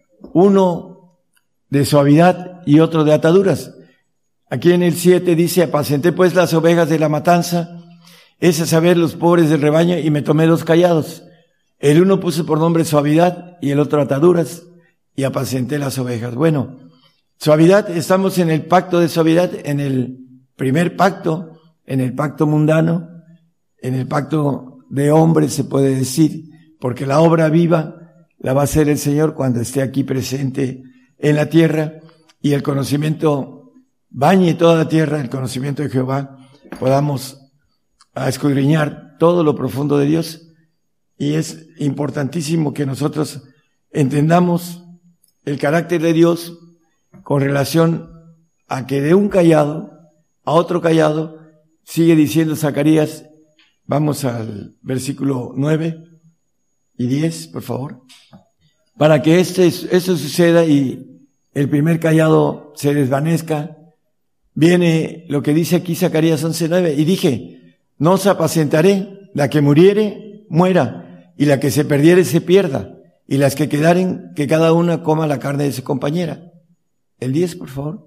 uno de suavidad y otro de ataduras. Aquí en el 7 dice, apacenté pues las ovejas de la matanza, es a saber los pobres del rebaño, y me tomé 2 cayados. El uno puse por nombre suavidad y el otro ataduras, y apacenté las ovejas. Bueno, suavidad, estamos en el pacto de suavidad, en el primer pacto, en el pacto mundano, en el pacto de hombres se puede decir, porque la obra viva la va a hacer el Señor cuando esté aquí presente en la tierra, y el conocimiento bañe toda la tierra, el conocimiento de Jehová, podamos escudriñar todo lo profundo de Dios. Y es importantísimo que nosotros entendamos el carácter de Dios con relación a que de un cayado a otro cayado, sigue diciendo Zacarías. Vamos al versículo 9 y 10, por favor. Para que esto suceda y el primer cayado se desvanezca, viene lo que dice aquí Zacarías 11:9, y dije, no os apacentaré, la que muriere, muera, y la que se perdiere, se pierda, y las que quedaren, que cada una coma la carne de su compañera. El 10, por favor.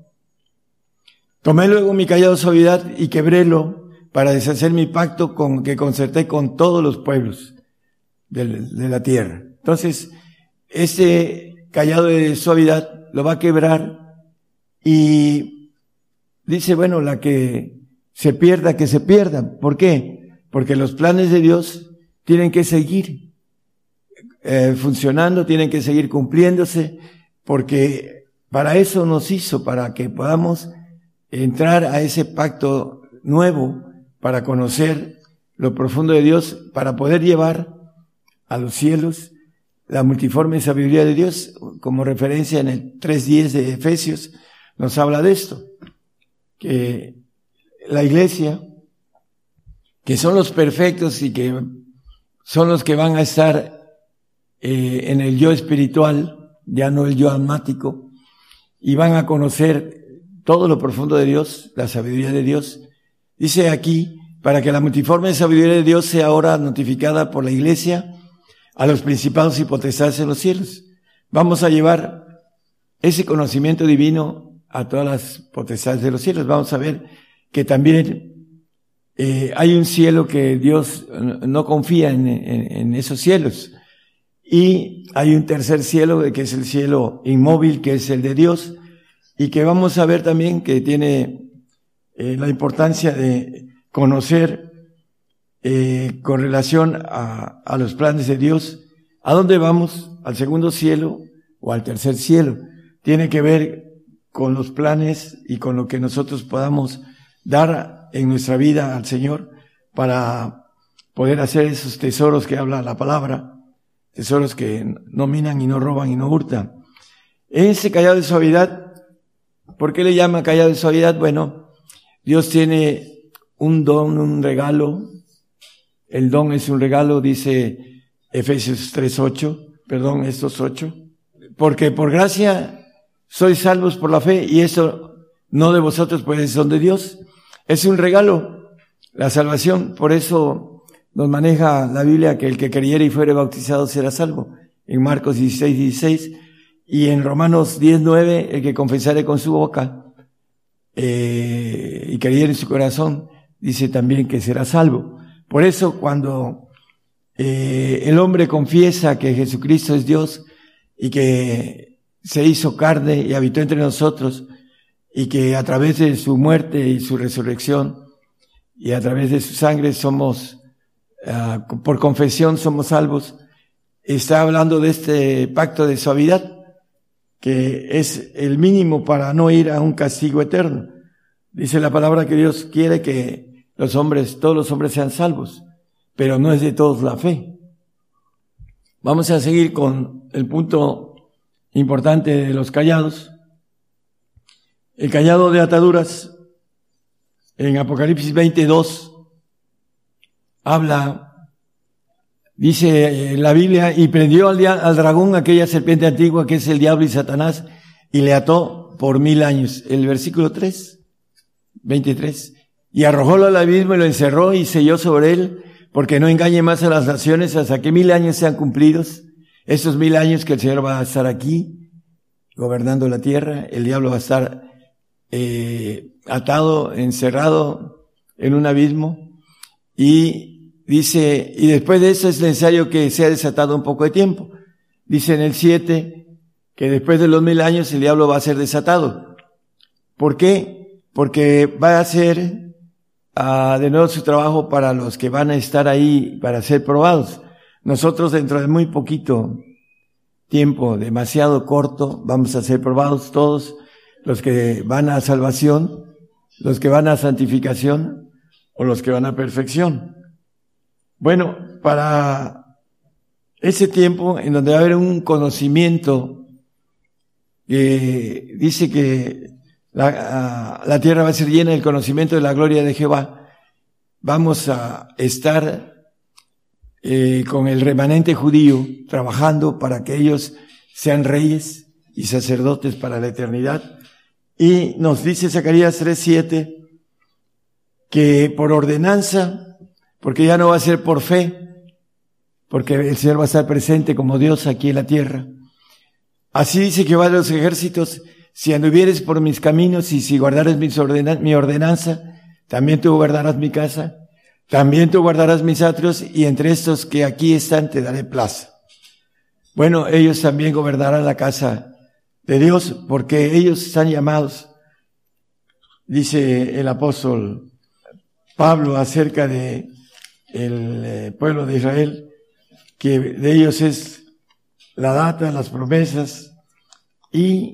Tomé luego mi cayado de suavidad y quebrélo para deshacer mi pacto que concerté con todos los pueblos de la tierra. Entonces, este cayado de suavidad lo va a quebrar, y dice, bueno, la que se pierda, que se pierda. ¿Por qué? Porque los planes de Dios tienen que seguir funcionando, tienen que seguir cumpliéndose, porque para eso nos hizo, para que podamos entrar a ese pacto nuevo, para conocer lo profundo de Dios, para poder llevar a los cielos la multiforme sabiduría de Dios. Como referencia en el 3:10 de Efesios nos habla de esto, que la iglesia, que son los perfectos y que son los que van a estar en el yo espiritual, ya no el yo almático, y van a conocer todo lo profundo de Dios, la sabiduría de Dios. Dice aquí, para que la multiforme sabiduría de Dios sea ahora notificada por la iglesia a los principados y potestades en los cielos. Vamos a llevar ese conocimiento divino a todas las potestades de los cielos. Vamos a ver que también hay un cielo que Dios no confía en esos cielos. Y hay un tercer cielo, que es el cielo inmóvil, que es el de Dios, y que vamos a ver también que tiene la importancia de conocer con relación a los planes de Dios. ¿A dónde vamos? ¿Al segundo cielo o al tercer cielo? Tiene que ver con los planes y con lo que nosotros podamos dar en nuestra vida al Señor para poder hacer esos tesoros que habla la palabra, tesoros que no minan y no roban y no hurtan. Ese callado de suavidad, ¿por qué le llama callado de suavidad? Bueno, Dios tiene un don, un regalo. El don es un regalo, dice Efesios 3:8, estos 8. Porque por gracia sois salvos por la fe, y eso no de vosotros, pues es don de Dios. Es un regalo, la salvación. Por eso nos maneja la Biblia que el que creyere y fuere bautizado será salvo. En Marcos 16:16 y en Romanos 10:9, el que confesare con su boca y creyere en su corazón, dice también que será salvo. Por eso cuando el hombre confiesa que Jesucristo es Dios y que se hizo carne y habitó entre nosotros, y que a través de su muerte y su resurrección y a través de su sangre somos, por confesión somos salvos, está hablando de este pacto de suavidad, que es el mínimo para no ir a un castigo eterno. Dice la palabra que Dios quiere que todos los hombres sean salvos, pero no es de todos la fe. Vamos a seguir con el punto importante de los callados. El callado de ataduras, en Apocalipsis 22, habla, dice en la Biblia, y prendió al dragón, aquella serpiente antigua que es el diablo y Satanás, y le ató por 1000 años. El versículo 23, y arrojólo al abismo y lo encerró y selló sobre él, porque no engañe más a las naciones hasta que 1000 años sean cumplidos. Esos 1000 años que el Señor va a estar aquí, gobernando la tierra, el diablo va a estar atado, encerrado en un abismo, y dice, y después de eso es necesario que sea desatado un poco de tiempo. Dice en el 7 que después de los 1000 años el diablo va a ser desatado. ¿Por qué? Porque va a hacer de nuevo su trabajo para los que van a estar ahí para ser probados. Nosotros dentro de muy poquito tiempo, demasiado corto, vamos a ser probados todos, los que van a salvación, los que van a santificación o los que van a perfección. Bueno, para ese tiempo en donde va a haber un conocimiento que dice que la tierra va a ser llena del conocimiento de la gloria de Jehová, vamos a estar con el remanente judío trabajando para que ellos sean reyes y sacerdotes para la eternidad. Y nos dice Zacarías 3:7 que por ordenanza, porque ya no va a ser por fe, porque el Señor va a estar presente como Dios aquí en la tierra. Así dice Jehová de los ejércitos, si anduvieres por mis caminos y si guardares mi ordenanza, también tú guardarás mi casa, también tú guardarás mis atrios, y entre estos que aquí están te daré plaza. Bueno, ellos también gobernarán la casa de Dios, porque ellos están llamados, dice el apóstol Pablo acerca de el pueblo de Israel, que de ellos es la data, las promesas, y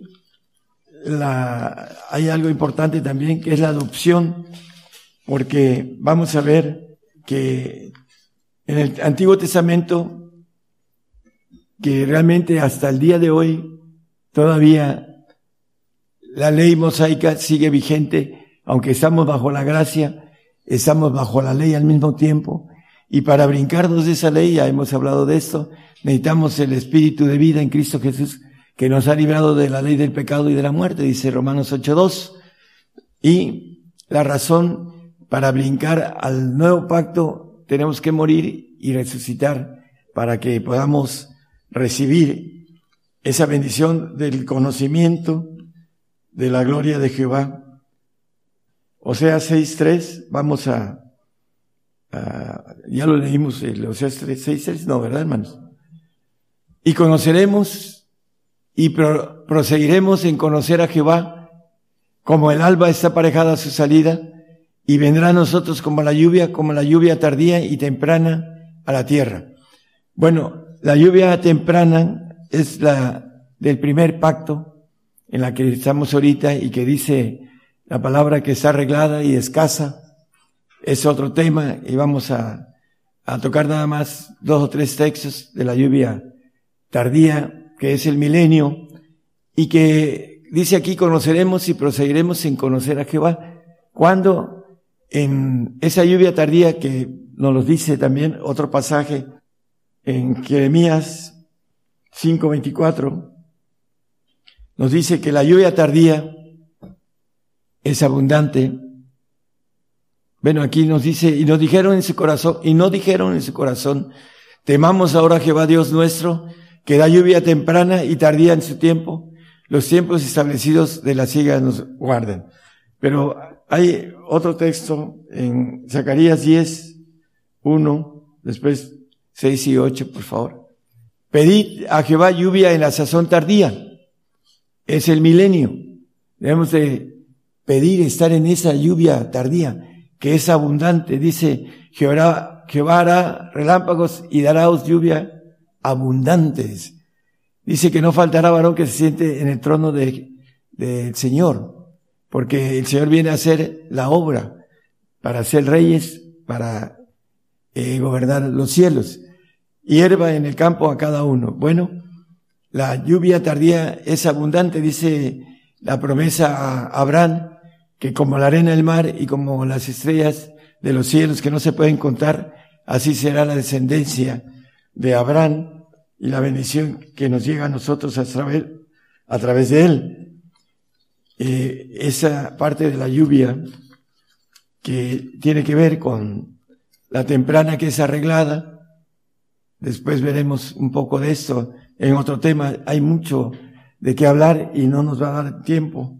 hay algo importante también que es la adopción, porque vamos a ver que en el Antiguo Testamento, que realmente hasta el día de hoy todavía la ley mosaica sigue vigente, aunque estamos bajo la gracia, estamos bajo la ley al mismo tiempo, y para brincarnos de esa ley, ya hemos hablado de esto, necesitamos el Espíritu de vida en Cristo Jesús, que nos ha librado de la ley del pecado y de la muerte, dice Romanos 8:2. Y la razón para brincar al nuevo pacto, tenemos que morir y resucitar para que podamos recibir esa bendición del conocimiento de la gloria de Jehová. Oseas 6:3, vamos ya lo leímos, el Oseas 6:3, no, ¿verdad, hermanos? Y conoceremos y proseguiremos en conocer a Jehová, como el alba está aparejada a su salida, y vendrá a nosotros como la lluvia tardía y temprana a la tierra. Bueno, la lluvia temprana es la del primer pacto en la que estamos ahorita y que dice la palabra que está arreglada y escasa. Es otro tema y vamos a tocar nada más 2 o 3 textos de la lluvia tardía, que es el milenio, y que dice aquí: conoceremos y proseguiremos en conocer a Jehová. Cuando en esa lluvia tardía, que nos lo dice también otro pasaje en Jeremías 5:24, nos dice que la lluvia tardía es abundante. Bueno, aquí nos dice: y no dijeron en su corazón, temamos ahora a Jehová Dios nuestro, que da lluvia temprana y tardía en su tiempo, los tiempos establecidos de la siega nos guarden. Pero hay otro texto en Zacarías 10:1, después 6 y 8, por favor. Pedid a Jehová lluvia en la sazón tardía. Es el milenio. Debemos de pedir estar en esa lluvia tardía, que es abundante. Dice: Jehová hará relámpagos y daráos lluvia abundantes. Dice que no faltará varón que se siente en el trono del Señor, porque el Señor viene a hacer la obra, para ser reyes, para gobernar los cielos. Hierba en el campo a cada uno. Bueno, la lluvia tardía es abundante, dice la promesa a Abraham, que como la arena del mar y como las estrellas de los cielos que no se pueden contar, así será la descendencia de Abraham y la bendición que nos llega a nosotros a través de él. Esa parte de la lluvia que tiene que ver con la temprana, que es arreglada. Después veremos un poco de esto en otro tema. Hay mucho de qué hablar y no nos va a dar tiempo.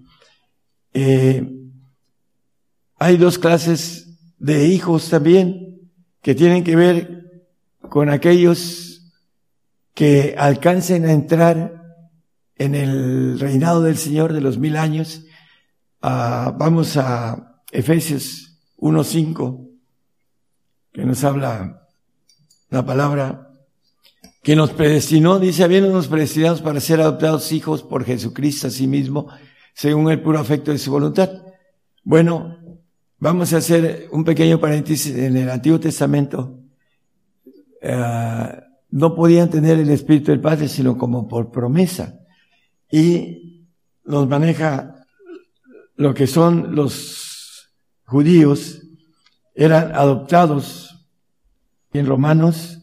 Hay 2 clases de hijos también que tienen que ver con aquellos que alcancen a entrar en el reinado del Señor de los 1000 años. Vamos a Efesios 1:5, que nos habla la palabra, que nos predestinó, dice: habiéndonos predestinados para ser adoptados hijos por Jesucristo a sí mismo, según el puro afecto de su voluntad. Bueno, vamos a hacer un pequeño paréntesis. En el Antiguo Testamento no podían tener el Espíritu del Padre sino como por promesa, y nos maneja lo que son los judíos, eran adoptados. En Romanos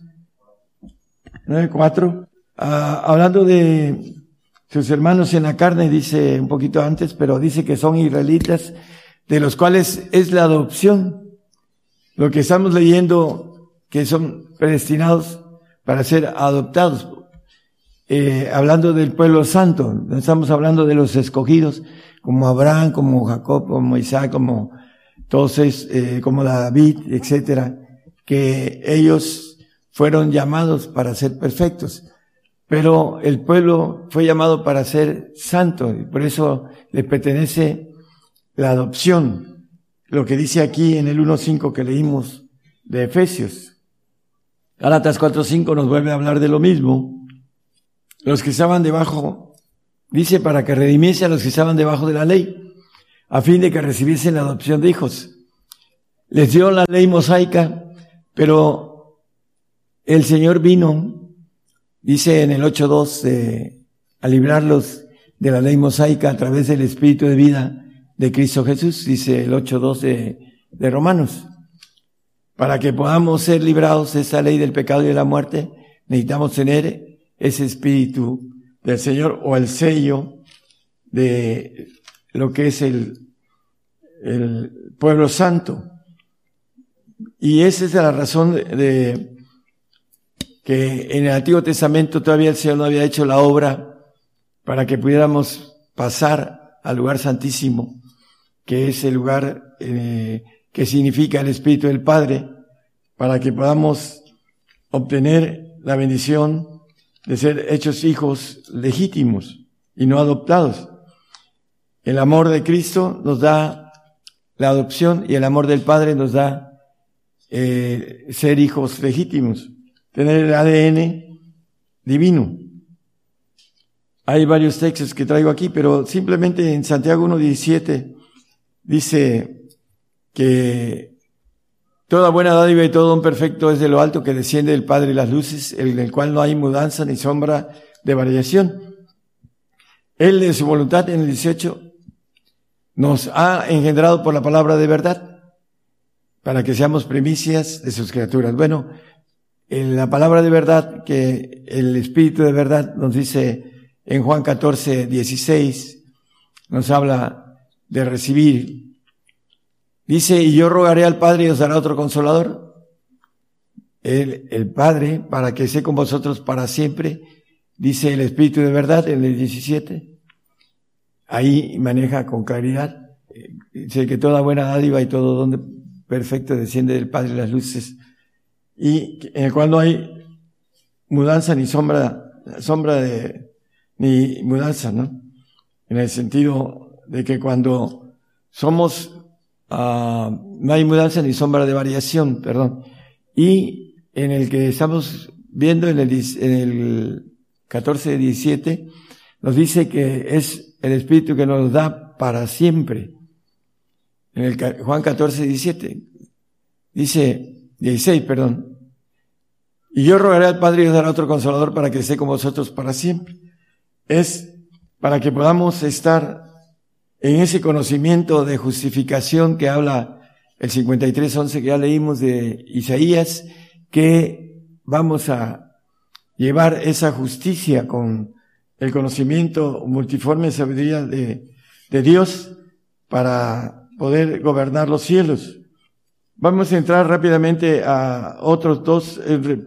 9:4, hablando de sus hermanos en la carne, dice un poquito antes, pero dice que son israelitas, de los cuales es la adopción. Lo que estamos leyendo, que son predestinados para ser adoptados. Hablando del pueblo santo, no estamos hablando de los escogidos, como Abraham, como Jacob, como Isaac, como todos, como David, etcétera, que ellos fueron llamados para ser perfectos, pero el pueblo fue llamado para ser santo, y por eso le pertenece la adopción. Lo que dice aquí en el 1:5 que leímos de Efesios. Gálatas 4:5 nos vuelve a hablar de lo mismo. Los que estaban debajo, dice, para que redimiese a los que estaban debajo de la ley, a fin de que recibiesen la adopción de hijos. Les dio la ley mosaica, pero el Señor vino, dice en el 8:2, a librarlos de la ley mosaica a través del Espíritu de vida de Cristo Jesús, dice el 8:2 de Romanos. Para que podamos ser librados de esa ley del pecado y de la muerte, necesitamos tener ese Espíritu del Señor, o el sello de lo que es el pueblo santo. Y esa es la razón de que en el Antiguo Testamento todavía el Señor no había hecho la obra para que pudiéramos pasar al lugar santísimo, que es el lugar que significa el Espíritu del Padre, para que podamos obtener la bendición de ser hechos hijos legítimos y no adoptados. El amor de Cristo nos da la adopción y el amor del Padre nos da ser hijos legítimos, tener el ADN divino. Hay varios textos que traigo aquí, pero simplemente en Santiago 1:17 dice que toda buena dádiva y todo don perfecto es de lo alto, que desciende del Padre de las luces, en el cual no hay mudanza ni sombra de variación. Él, de su voluntad, en el 18, nos ha engendrado por la palabra de verdad, para que seamos primicias de sus criaturas. Bueno, en la palabra de verdad, que el Espíritu de verdad nos dice en Juan 14:16, nos habla de recibir. Dice, y yo rogaré al Padre y os dará otro consolador. El Padre, para que esté con vosotros para siempre, dice el Espíritu de verdad en el 17. Ahí maneja con claridad. Dice que toda buena dádiva y todo don perfecto desciende del Padre de las luces, y en el cual no hay mudanza ni ni mudanza, ¿no? En el sentido de que cuando somos, no hay mudanza ni sombra de variación, perdón. Y en el que estamos viendo en el 14:17, nos dice que es el Espíritu que nos da para siempre. En el Juan 14:17, dice, 16, perdón. Y yo rogaré al Padre y os dará otro consolador para que esté con vosotros para siempre. Es para que podamos estar en ese conocimiento de justificación que habla el 53:11 que ya leímos de Isaías, que vamos a llevar esa justicia con el conocimiento multiforme de sabiduría de Dios para poder gobernar los cielos. Vamos a entrar rápidamente a otros dos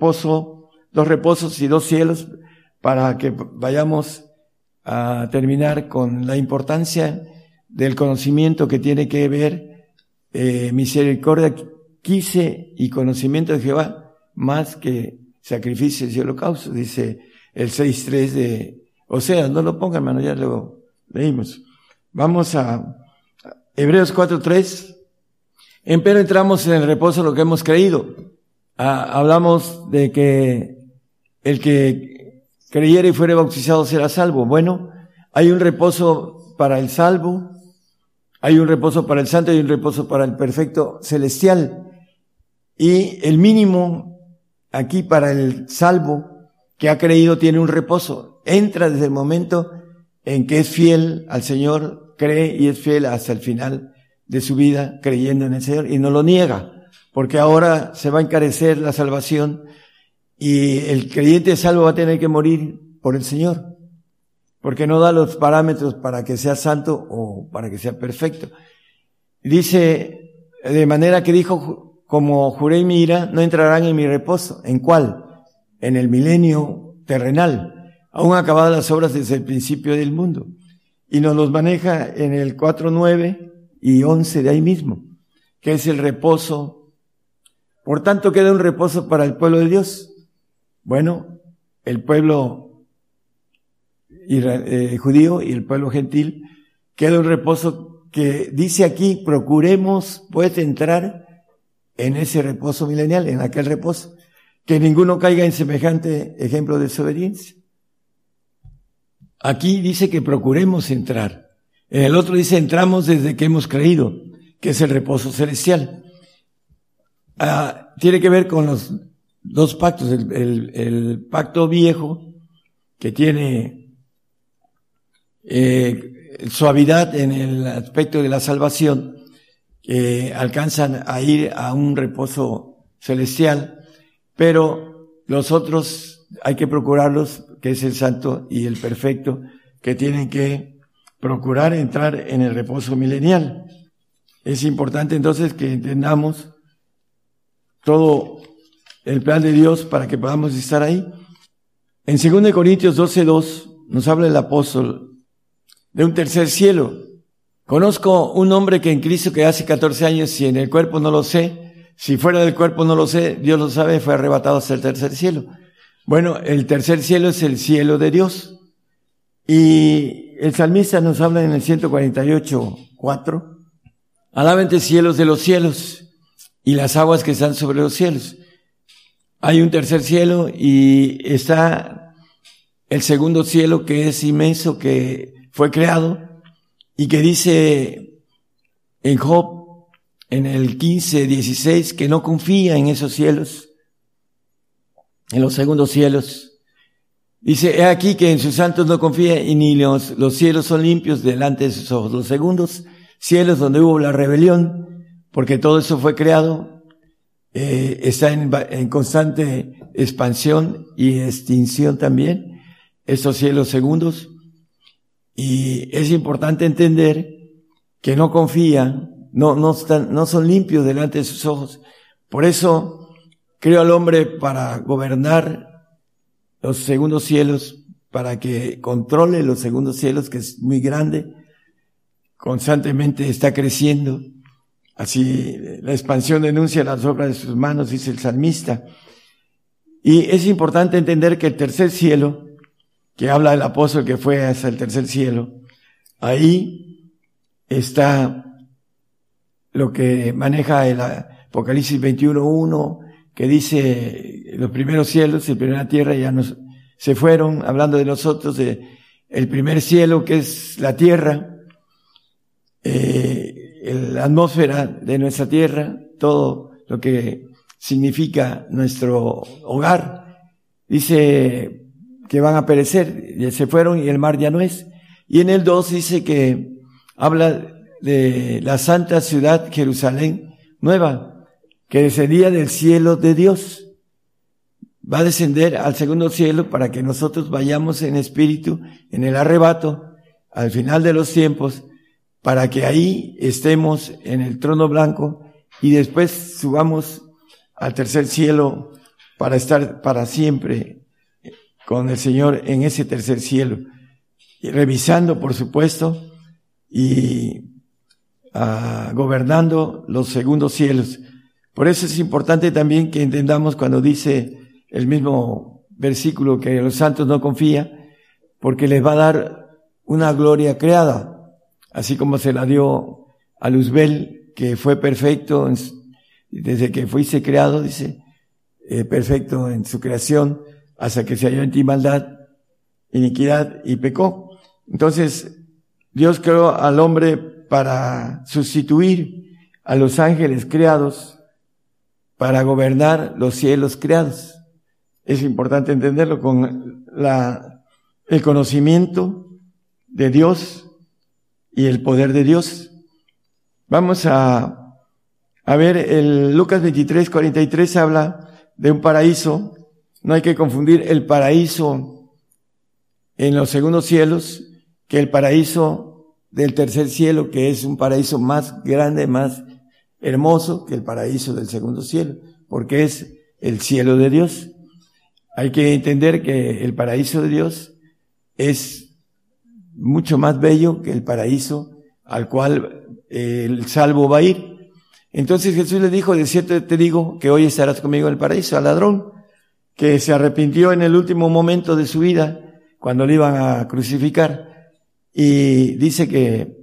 reposos y 2 cielos, para que vayamos a terminar con la importancia del conocimiento que tiene que ver misericordia quise y conocimiento de Jehová más que sacrificios y holocaustos, dice el 6:3 de Oseas. No lo pongan, hermano, ya lo leímos. Vamos a Hebreos 4:3. Empero entramos en el reposo de lo que hemos creído. Hablamos de que el que creyere y fuere bautizado será salvo. Bueno, hay un reposo para el salvo, hay un reposo para el santo y un reposo para el perfecto celestial. Y el mínimo aquí para el salvo que ha creído tiene un reposo. Entra desde el momento en que es fiel al Señor, cree y es fiel hasta el final de su vida creyendo en el Señor, y no lo niega, porque ahora se va a encarecer la salvación y el creyente salvo va a tener que morir por el Señor, porque no da los parámetros para que sea santo o para que sea perfecto. Dice, de manera que dijo, como juré en mi ira, no entrarán en mi reposo. ¿En cuál? En el milenio terrenal, aún acabadas las obras desde el principio del mundo. Y nos los maneja en el 4:9 y 11 de ahí mismo, que es el reposo. Por tanto, queda un reposo para el pueblo de Dios. Bueno, el pueblo judío y el pueblo gentil, queda un reposo que dice aquí, procuremos pues entrar en ese reposo milenial, en aquel reposo, que ninguno caiga en semejante ejemplo de desobediencia. Aquí dice que procuremos entrar. En el otro dice entramos desde que hemos creído, que es el reposo celestial. Tiene que ver con los dos pactos, el pacto viejo, que tiene suavidad en el aspecto de la salvación, que alcanzan a ir a un reposo celestial, pero los otros hay que procurarlos, que es el santo y el perfecto, que tienen que procurar entrar en el reposo milenial. Es importante entonces que entendamos todo el plan de Dios para que podamos estar ahí. En 2 Corintios 12:2 nos habla el apóstol de un tercer cielo, Conozco un hombre que en Cristo que hace 14 años, si en el cuerpo no lo sé, si fuera del cuerpo no lo sé, Dios lo sabe, fue arrebatado hasta el tercer cielo. Bueno, el tercer cielo es el cielo de Dios. Y el salmista nos habla en el 148:4. Alaben cielos de los cielos y las aguas que están sobre los cielos. Hay un tercer cielo y está el segundo cielo que es inmenso, que fue creado y que dice en Job, en el 15:16, que no confía en esos cielos, en los segundos cielos. Dice, he aquí que en sus santos no confía y ni los cielos son limpios delante de sus ojos. Los segundos cielos donde hubo la rebelión, porque todo eso fue creado, está en constante expansión y extinción también, estos cielos segundos. Y es importante entender que no confían, no son limpios delante de sus ojos. Por eso creó al hombre para gobernar los segundos cielos, para que controle los segundos cielos, que es muy grande, constantemente está creciendo. Así la expansión denuncia las obras de sus manos, dice el salmista. Y es importante entender que el tercer cielo, que habla el apóstol que fue hasta el tercer cielo, ahí está lo que maneja el Apocalipsis 21:1, que dice los primeros cielos y la primera tierra ya se fueron, hablando de nosotros, de el primer cielo que es la tierra, la atmósfera de nuestra tierra, todo lo que significa nuestro hogar. Dice que van a perecer, ya se fueron y el mar ya no es. Y en el 2 dice que habla de la santa ciudad Jerusalén nueva, que descendía del cielo de Dios. Va a descender al segundo cielo para que nosotros vayamos en espíritu, en el arrebato, al final de los tiempos, para que ahí estemos en el trono blanco y después subamos al tercer cielo para estar para siempre con el Señor en ese tercer cielo. Y revisando, por supuesto, y gobernando los segundos cielos. Por eso es importante también que entendamos cuando dice el mismo versículo que los santos no confía, porque les va a dar una gloria creada, así como se la dio a Luzbel, que fue perfecto desde que fuiste creado, dice, perfecto en su creación, hasta que se halló en ti maldad, iniquidad y pecó. Entonces, Dios creó al hombre para sustituir a los ángeles creados, para gobernar los cielos creados. Es importante entenderlo con el conocimiento de Dios y el poder de Dios. Vamos a ver, el Lucas 23:43 habla de un paraíso. No hay que confundir el paraíso en los segundos cielos que el paraíso del tercer cielo, que es un paraíso más grande, más hermoso que el paraíso del segundo cielo, porque es el cielo de Dios. Hay que entender que el paraíso de Dios es mucho más bello que el paraíso al cual el salvo va a ir. Entonces Jesús le dijo, de cierto te digo que hoy estarás conmigo en el paraíso, al ladrón que se arrepintió en el último momento de su vida, cuando le iban a crucificar, y dice que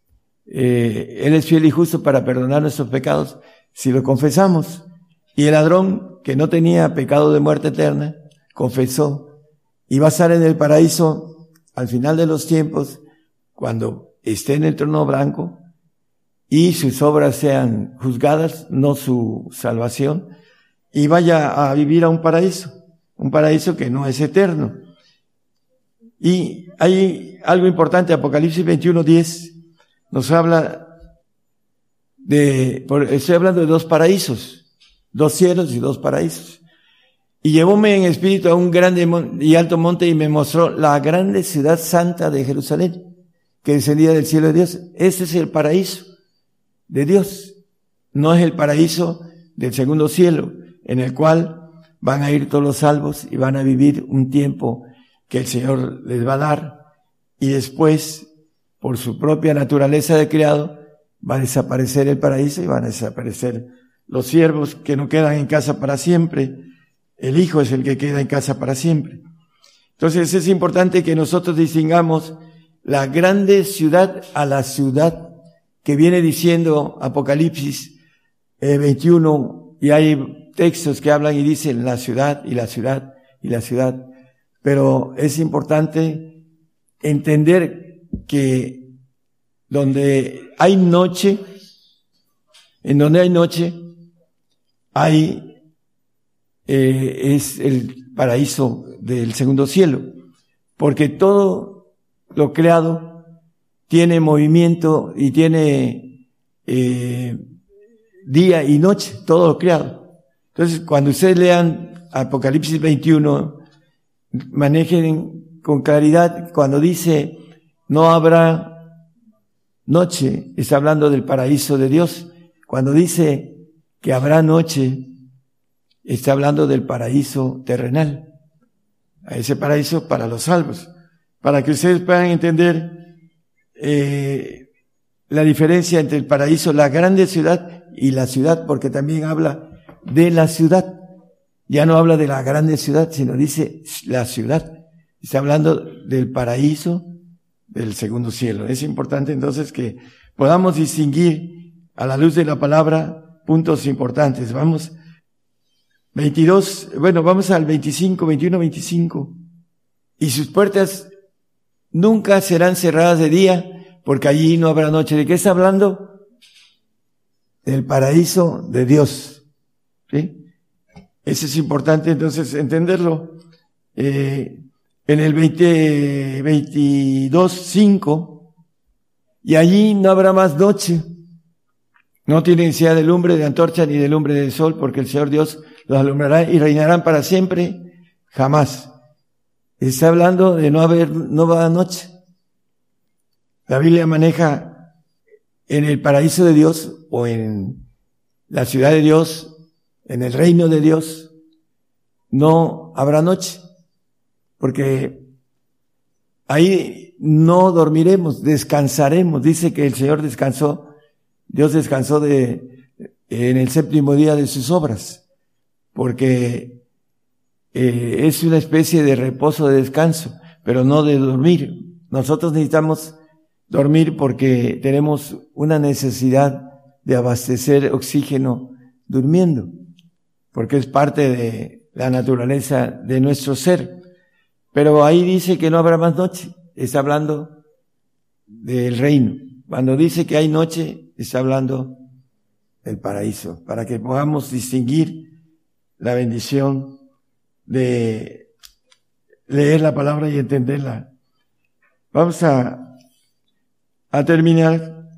Él es fiel y justo para perdonar nuestros pecados si lo confesamos. Y el ladrón, que no tenía pecado de muerte eterna, confesó y va a estar en el paraíso al final de los tiempos, cuando esté en el trono blanco y sus obras sean juzgadas, no su salvación, y vaya a vivir a un paraíso que no es eterno. Y hay algo importante, Apocalipsis 21:10 nos habla estoy hablando de dos paraísos, dos cielos y dos paraísos. Y llevóme en espíritu a un grande y alto monte y me mostró la grande ciudad santa de Jerusalén, que descendía del cielo de Dios. Este es el paraíso de Dios, no es el paraíso del segundo cielo, en el cual van a ir todos los salvos y van a vivir un tiempo que el Señor les va a dar, y después por su propia naturaleza de criado, va a desaparecer el paraíso y van a desaparecer los siervos que no quedan en casa para siempre. El Hijo es el que queda en casa para siempre. Entonces es importante que nosotros distingamos la grande ciudad a la ciudad que viene diciendo Apocalipsis 21, y hay textos que hablan y dicen la ciudad y la ciudad y la ciudad. Pero es importante entender que donde hay noche, en donde hay noche, es el paraíso del segundo cielo, porque todo lo creado tiene movimiento y tiene día y noche, todo lo creado. Entonces, cuando ustedes lean Apocalipsis 21, manejen con claridad, cuando dice no habrá noche, está hablando del paraíso de Dios. Cuando dice que habrá noche, está hablando del paraíso terrenal, a ese paraíso para los salvos, para que ustedes puedan entender la diferencia entre el paraíso, la grande ciudad y la ciudad, porque también habla de la ciudad. Ya no habla de la grande ciudad, sino dice la ciudad. Está hablando del paraíso del segundo cielo. Es importante entonces que podamos distinguir a la luz de la palabra puntos importantes. Vamos vamos al 21, 25. Y sus puertas nunca serán cerradas de día, porque allí no habrá noche. ¿De qué está hablando? Del paraíso de Dios. ¿Sí? Eso es importante entonces entenderlo. En el 22:5, y allí no habrá más noche. No tiene necesidad de lumbre de antorcha ni de lumbre del sol, porque el Señor Dios los alumbrará y reinarán para siempre, jamás. Está hablando de no haber noche. La Biblia maneja en el paraíso de Dios o en la ciudad de Dios, en el reino de Dios, no habrá noche, porque ahí no dormiremos, descansaremos. Dice que el Señor descansó, Dios descansó en el séptimo día de sus obras, porque es una especie de reposo, de descanso, pero no de dormir. Nosotros necesitamos dormir porque tenemos una necesidad de abastecer oxígeno durmiendo, porque es parte de la naturaleza de nuestro ser. Pero ahí dice que no habrá más noche, está hablando del reino. Cuando dice que hay noche, está hablando del paraíso, para que podamos distinguir la bendición de leer la palabra y entenderla. Vamos a terminar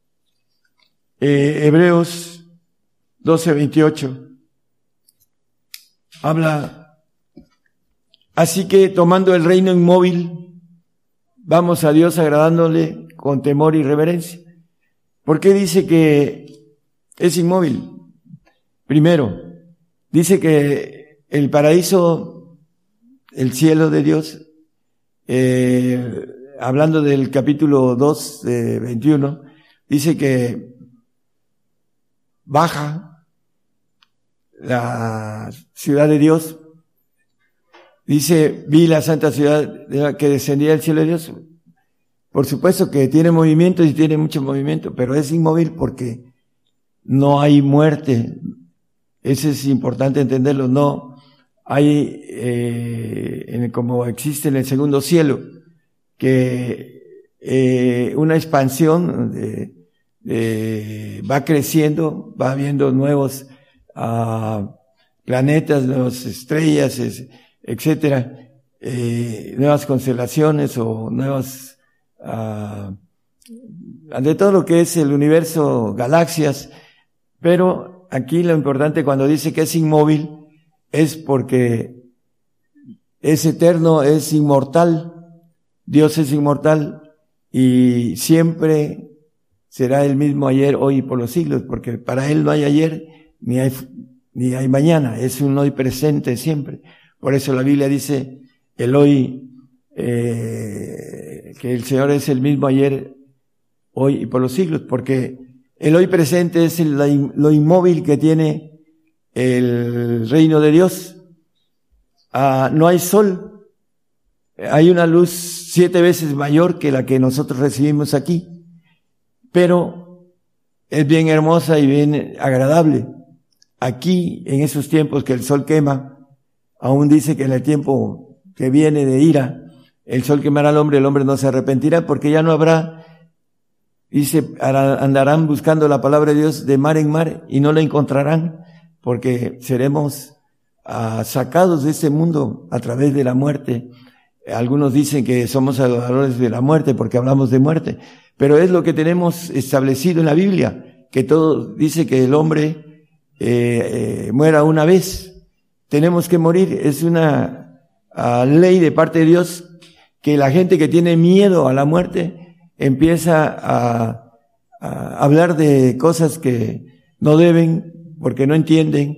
Hebreos 12:28. Habla, así que tomando el reino inmóvil, vamos a Dios agradándole con temor y reverencia. ¿Por qué dice que es inmóvil? Primero, dice que el paraíso, el cielo de Dios, hablando del capítulo 2 de 21, dice que baja la ciudad de Dios. Dice, vi la santa ciudad que descendía del cielo de Dios. Por supuesto que tiene movimiento y tiene mucho movimiento, pero es inmóvil porque no hay muerte. Eso es importante entenderlo. No hay, como existe en el segundo cielo, que una expansión va creciendo, va habiendo nuevos planetas, nuevas estrellas, etcétera, nuevas constelaciones o nuevas de todo lo que es el universo, galaxias. Pero aquí lo importante cuando dice que es inmóvil es porque es eterno, es inmortal. Dios es inmortal y siempre será el mismo ayer, hoy y por los siglos, porque para Él no hay ayer ni hay mañana, es un hoy presente siempre. Por eso la Biblia dice el hoy, que el Señor es el mismo ayer, hoy y por los siglos, porque el hoy presente es lo inmóvil que tiene el reino de Dios. No hay sol, hay una luz 7 veces mayor que la que nosotros recibimos aquí, pero es bien hermosa y bien agradable. Aquí, en esos tiempos que el sol quema, aún dice que en el tiempo que viene de ira, el sol quemará al hombre, el hombre no se arrepentirá, porque ya no habrá, dice, andarán buscando la palabra de Dios de mar en mar y no la encontrarán, porque seremos sacados de este mundo a través de la muerte. Algunos dicen que somos adoradores de la muerte porque hablamos de muerte, pero es lo que tenemos establecido en la Biblia, que todo dice que el hombre muera una vez. Tenemos que morir, es una ley de parte de Dios, que la gente que tiene miedo a la muerte empieza a hablar de cosas que no deben porque no entienden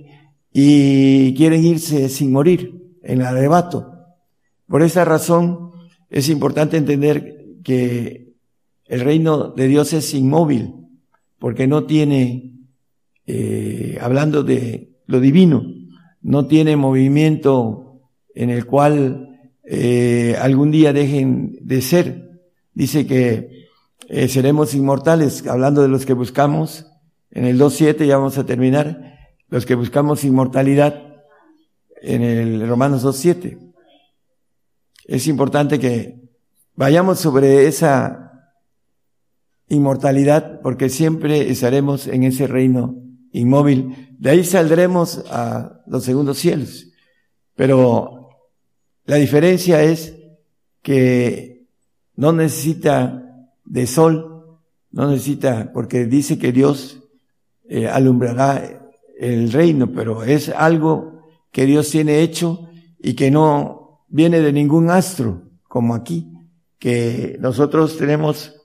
y quieren irse sin morir en el arrebato. Por esa razón es importante entender que el reino de Dios es inmóvil, porque no tiene, hablando de lo divino, no tiene movimiento en el cual algún día dejen de ser. Dice que seremos inmortales, hablando de los que buscamos, en el 2:7 ya vamos a terminar, los que buscamos inmortalidad, en el Romanos 2:7. Es importante que vayamos sobre esa inmortalidad, porque siempre estaremos en ese reino inmóvil. De ahí saldremos a los segundos cielos. Pero la diferencia es que no necesita de sol, no necesita, porque dice que Dios alumbrará el reino, pero es algo que Dios tiene hecho y que no viene de ningún astro, como aquí, que nosotros tenemos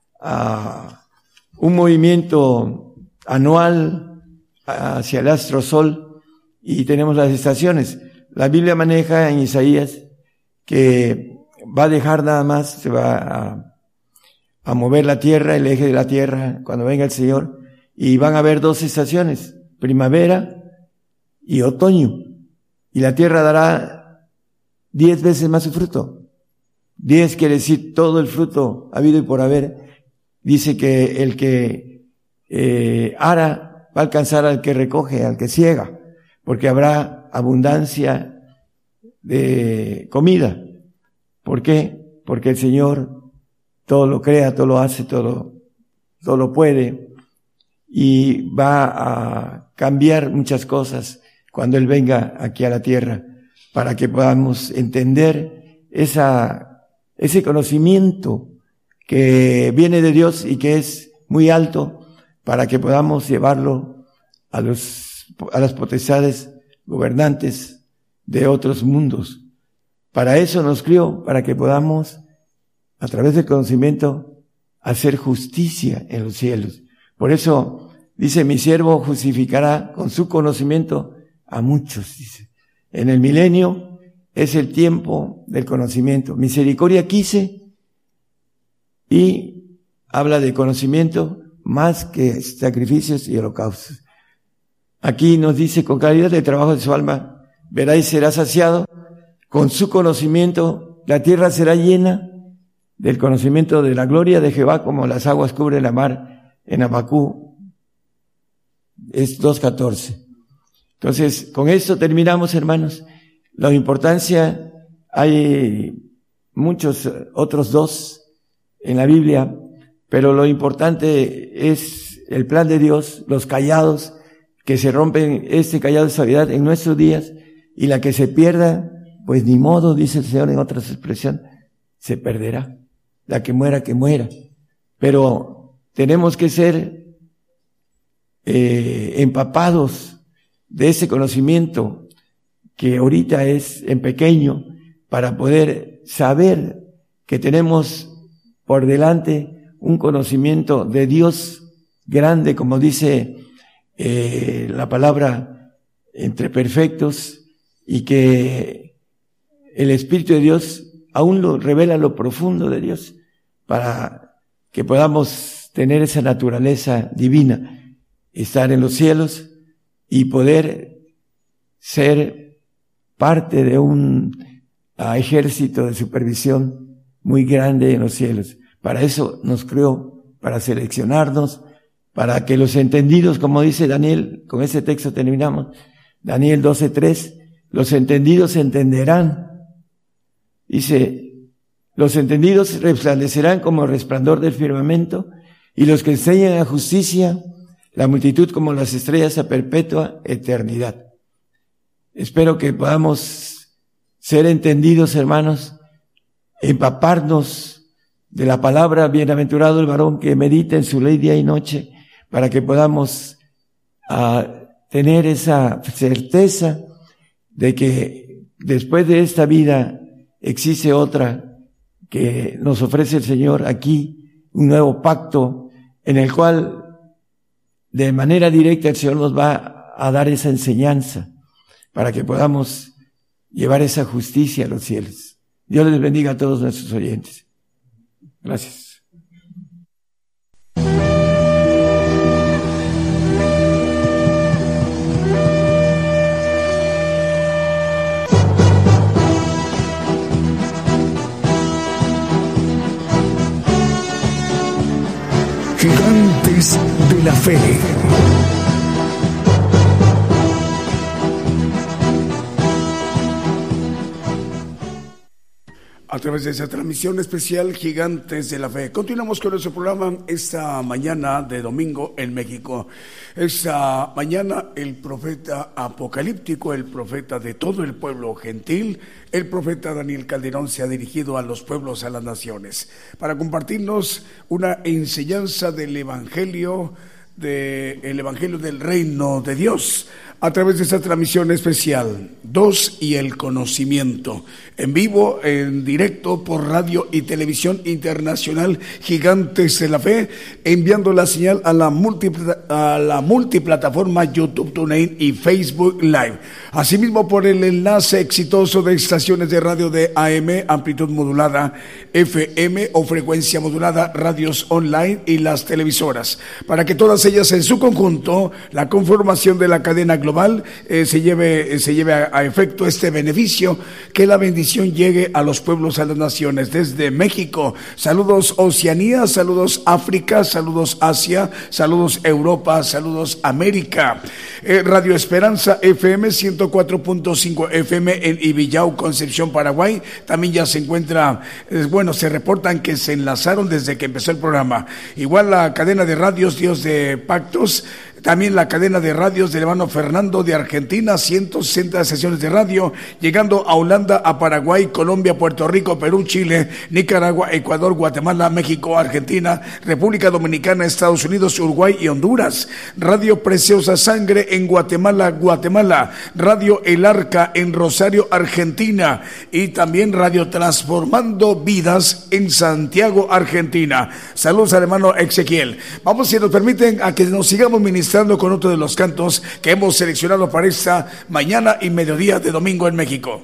un movimiento anual hacia el astro sol y tenemos las estaciones. La Biblia maneja en Isaías que va a dejar nada más, se va a mover la tierra, el eje de la tierra, cuando venga el Señor, y van a haber 2 estaciones, primavera y otoño, y la tierra dará 10 veces más su fruto. 10 quiere decir todo el fruto habido y por haber. Dice que el que ara va a alcanzar al que recoge, al que ciega, porque habrá abundancia de comida. ¿Por qué? Porque el Señor todo lo crea, todo lo hace, todo lo puede, y va a cambiar muchas cosas cuando Él venga aquí a la tierra, para que podamos entender ese conocimiento que viene de Dios y que es muy alto, para que podamos llevarlo a las potestades gobernantes de otros mundos. Para eso nos crió, para que podamos, a través del conocimiento, hacer justicia en los cielos. Por eso dice, mi siervo justificará con su conocimiento a muchos, dice. En el milenio es el tiempo del conocimiento. Misericordia quise, y habla de conocimiento más que sacrificios y holocaustos. Aquí nos dice, con calidad del trabajo de su alma, verá y será saciado. Con su conocimiento, la tierra será llena del conocimiento de la gloria de Jehová, como las aguas cubren la mar, en Habacuc, es 2:14. Entonces, con esto terminamos, hermanos. La importancia, hay muchos otros 2 en la Biblia, pero lo importante es el plan de Dios, los callados, que se rompen este callado de suavidad en nuestros días, y la que se pierda, pues ni modo, dice el Señor en otra expresión, se perderá. La que muera, que muera. Pero tenemos que ser empapados de ese conocimiento que ahorita es en pequeño, para poder saber que tenemos por delante un conocimiento de Dios grande, como dice la palabra, entre perfectos, y que el Espíritu de Dios aún lo revela lo profundo de Dios, para que podamos tener esa naturaleza divina, estar en los cielos y poder ser parte de un ejército de supervisión muy grande en los cielos. Para eso nos creó, para seleccionarnos, para que los entendidos, como dice Daniel, con ese texto terminamos, Daniel 12:3, los entendidos entenderán. Dice, los entendidos resplandecerán como el resplandor del firmamento, y los que enseñan a justicia, la multitud como las estrellas a perpetua eternidad. Espero que podamos ser entendidos, hermanos, empaparnos de la palabra, bienaventurado el varón que medita en su ley día y noche, para que podamos tener esa certeza de que después de esta vida existe otra que nos ofrece el Señor aquí, un nuevo pacto en el cual de manera directa el Señor nos va a dar esa enseñanza para que podamos llevar esa justicia a los cielos. Dios les bendiga a todos nuestros oyentes. Gracias. Gigantes de la Fe. A través de esa transmisión especial Gigantes de la Fe. Continuamos con nuestro programa esta mañana de domingo en México. Esta mañana el profeta apocalíptico, el profeta de todo el pueblo gentil, el profeta Daniel Calderón se ha dirigido a los pueblos, a las naciones, para compartirnos una enseñanza del Evangelio del Reino de Dios, a través de esta transmisión especial, 2 y el conocimiento, en vivo, en directo por radio y televisión internacional Gigantes de la Fe, enviando la señal a la multiplataforma YouTube, TuneIn y Facebook Live. Asimismo, por el enlace exitoso de estaciones de radio de AM, amplitud modulada, FM o frecuencia modulada, radios online y las televisoras, para que todas ellas en su conjunto, la conformación de la cadena global, se lleve a efecto este beneficio, que la bendición llegue a los pueblos, a las naciones. Desde México, saludos Oceanía, saludos África, saludos Asia, saludos Europa, saludos América. Radio Esperanza FM 104.5 FM en Ibillau, Concepción, Paraguay. También ya se encuentra, se reportan que se enlazaron desde que empezó el programa. Igual la cadena de radios Dios de Pactos, también la cadena de radios del hermano Fernando de Argentina, 160 sesiones de radio, llegando a Holanda, a Paraguay, Colombia, Puerto Rico, Perú, Chile, Nicaragua, Ecuador, Guatemala, México, Argentina, República Dominicana, Estados Unidos, Uruguay y Honduras. Radio Preciosa Sangre en Guatemala, Radio El Arca en Rosario, Argentina, y también Radio Transformando Vidas en Santiago, Argentina. Saludos al hermano Ezequiel. Vamos, si nos permiten, a que nos sigamos ministrando con otro de los cantos que hemos seleccionado para esta mañana y mediodía de domingo en México.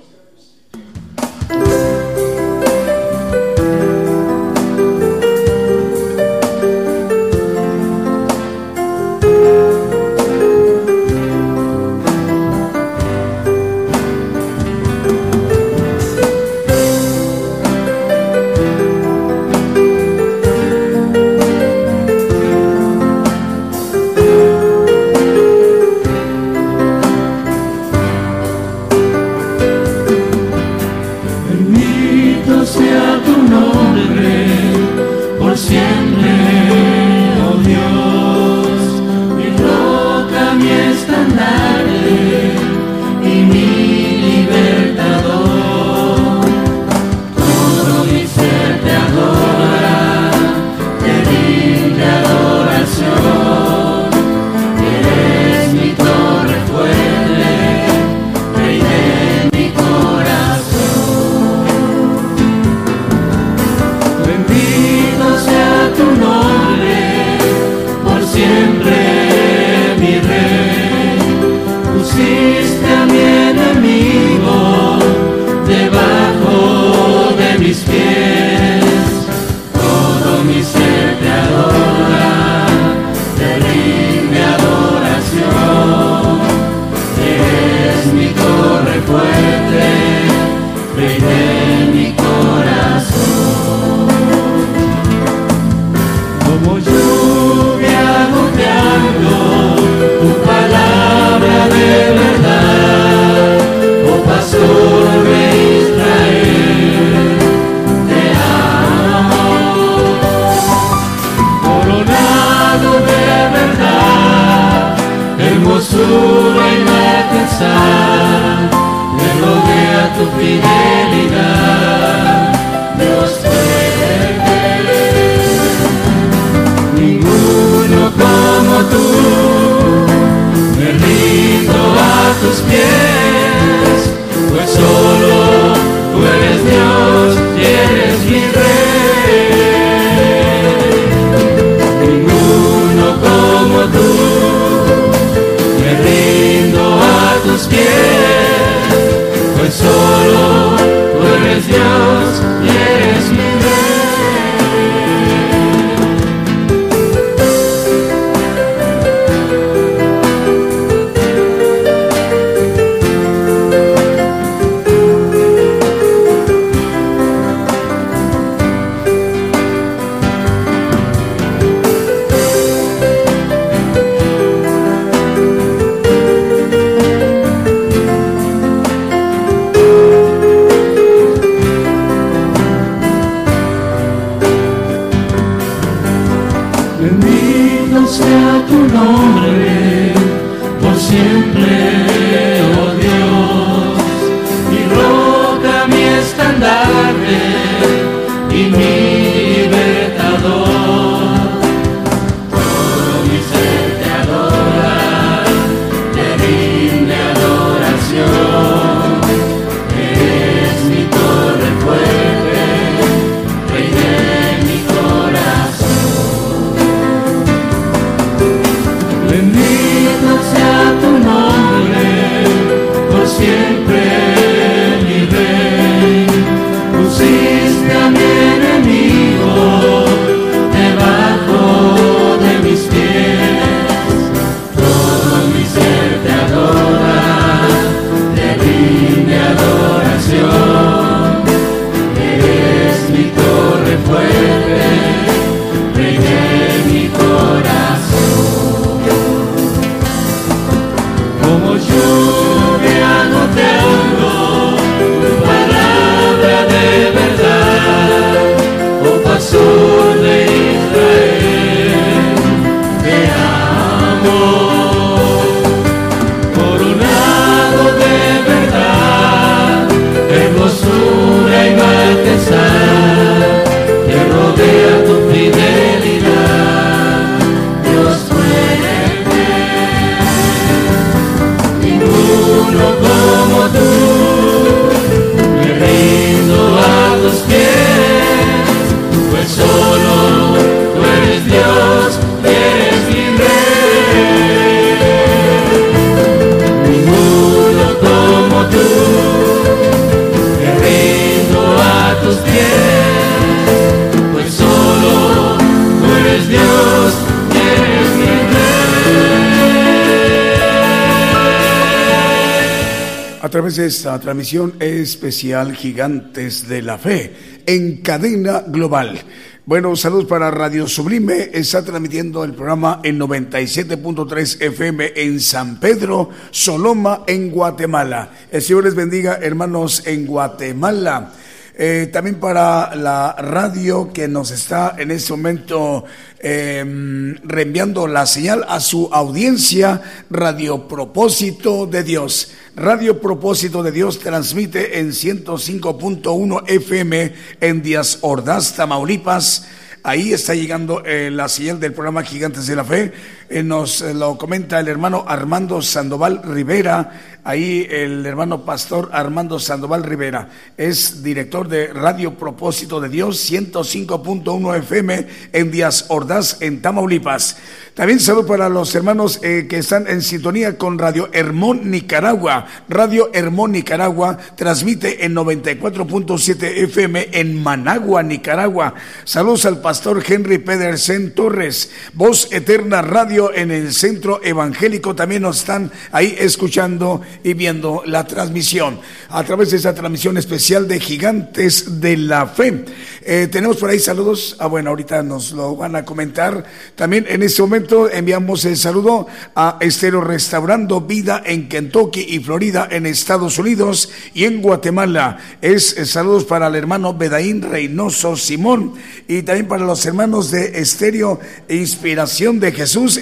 Mis pies, todo mi ser te adora. tu fidelidad, Dios fuerte. Ninguno como tú, me rindo a tus pies, pues solo tú eres Dios y eres mi Rey. Ninguno como tú, me rindo a tus pies, pues solo tú eres Dios y eres mi sea tu nombre por siempre, oh Dios, mi roca, mi estandarte y mi libertador. Todo mi ser te adora, te rinde adoración. Eres mi torre fuerte, Rey de mi corazón. Bendito sea tu nombre, por siempre mi Rey. Pusiste a mi enemigo debajo de mis pies. Todo mi ser te adora, te rinde adoración. Eres mi torre fuerte, Rey de mi corazón. Como lluvia goteando, tu palabra de verdad, oh pastor de Israel, te amo. Coronado de verdad, hermosura y majestad, te rodea tu fidelidad, Dios fuerte. Ninguno como tú, me rindo a tus pies, pues solo tú eres Dios, eres mi Rey. Ninguno como tú, me rindo a tus pies, pues solo tú eres Dios, eres mi A través de esta transmisión especial Gigantes de la Fe en cadena global. Bueno, saludos para Radio Sublime, está transmitiendo el programa en 97.3 FM en San Pedro, Soloma, en Guatemala. El Señor les bendiga, hermanos, en Guatemala. También para la radio que nos está en este momento reenviando la señal a su audiencia, Radio Propósito de Dios. Radio Propósito de Dios transmite en 105.1 FM en Díaz Ordaz, Tamaulipas. Ahí está llegando la señal del programa Gigantes de la Fe. Nos lo comenta el hermano Armando Sandoval Rivera. Ahí el hermano pastor Armando Sandoval Rivera es director de Radio Propósito de Dios, 105.1 FM en Díaz Ordaz, en Tamaulipas. También saludo para los hermanos que están en sintonía con Radio Hermón Nicaragua. Radio Hermón Nicaragua transmite en 94.7 FM en Managua, Nicaragua. Saludos al pastor Henry Pedersen Torres. Voz Eterna Radio en el Centro Evangélico también nos están ahí escuchando y viendo la transmisión a través de esa transmisión especial de Gigantes de la Fe. Tenemos por ahí saludos. Bueno, ahorita nos lo van a comentar. También en este momento enviamos el saludo a Estero Restaurando Vida en Kentucky y Florida en Estados Unidos y en Guatemala. Saludos para el hermano Bedaín Reynoso Simón y también para los hermanos de Estéreo Inspiración de Jesús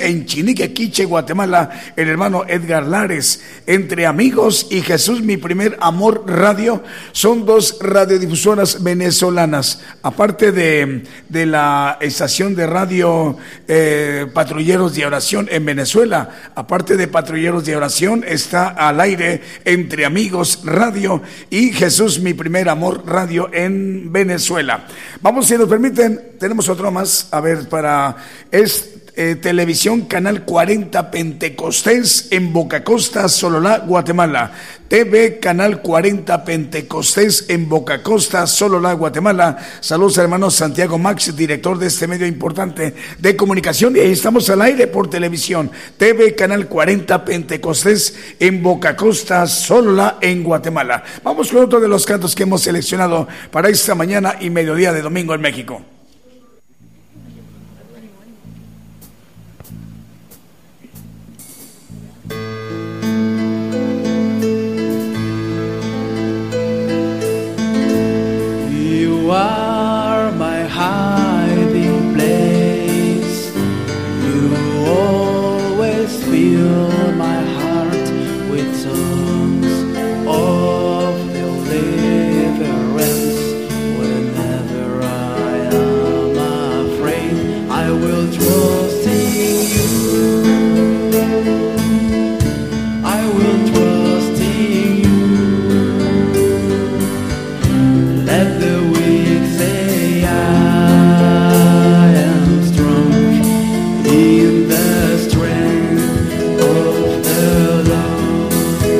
en Chinique, Quiche, Guatemala, el hermano Edgar Lares. Entre Amigos y Jesús Mi Primer Amor Radio son dos radiodifusoras venezolanas, aparte de la estación de radio Patrulleros de Oración en Venezuela. Aparte de Patrulleros de Oración, está al aire Entre Amigos Radio y Jesús Mi Primer Amor Radio en Venezuela. Vamos, si nos permiten, tenemos otro más, a ver, Televisión Canal 40 Pentecostés en Boca Costa, Sololá, Guatemala. TV Canal 40 Pentecostés en Boca Costa, Sololá, Guatemala. Saludos, hermano Santiago Max, director de este medio importante de comunicación. Y ahí estamos al aire por televisión. TV Canal 40 Pentecostés en Boca Costa, Sololá, en Guatemala. Vamos con otro de los cantos que hemos seleccionado para esta mañana y mediodía de domingo en México. You are my hiding place. You always fill my heart with songs of deliverance. Whenever I am afraid, I will trust in you. I will trust in you. Let the weak say I am strong in the strength of the Lord.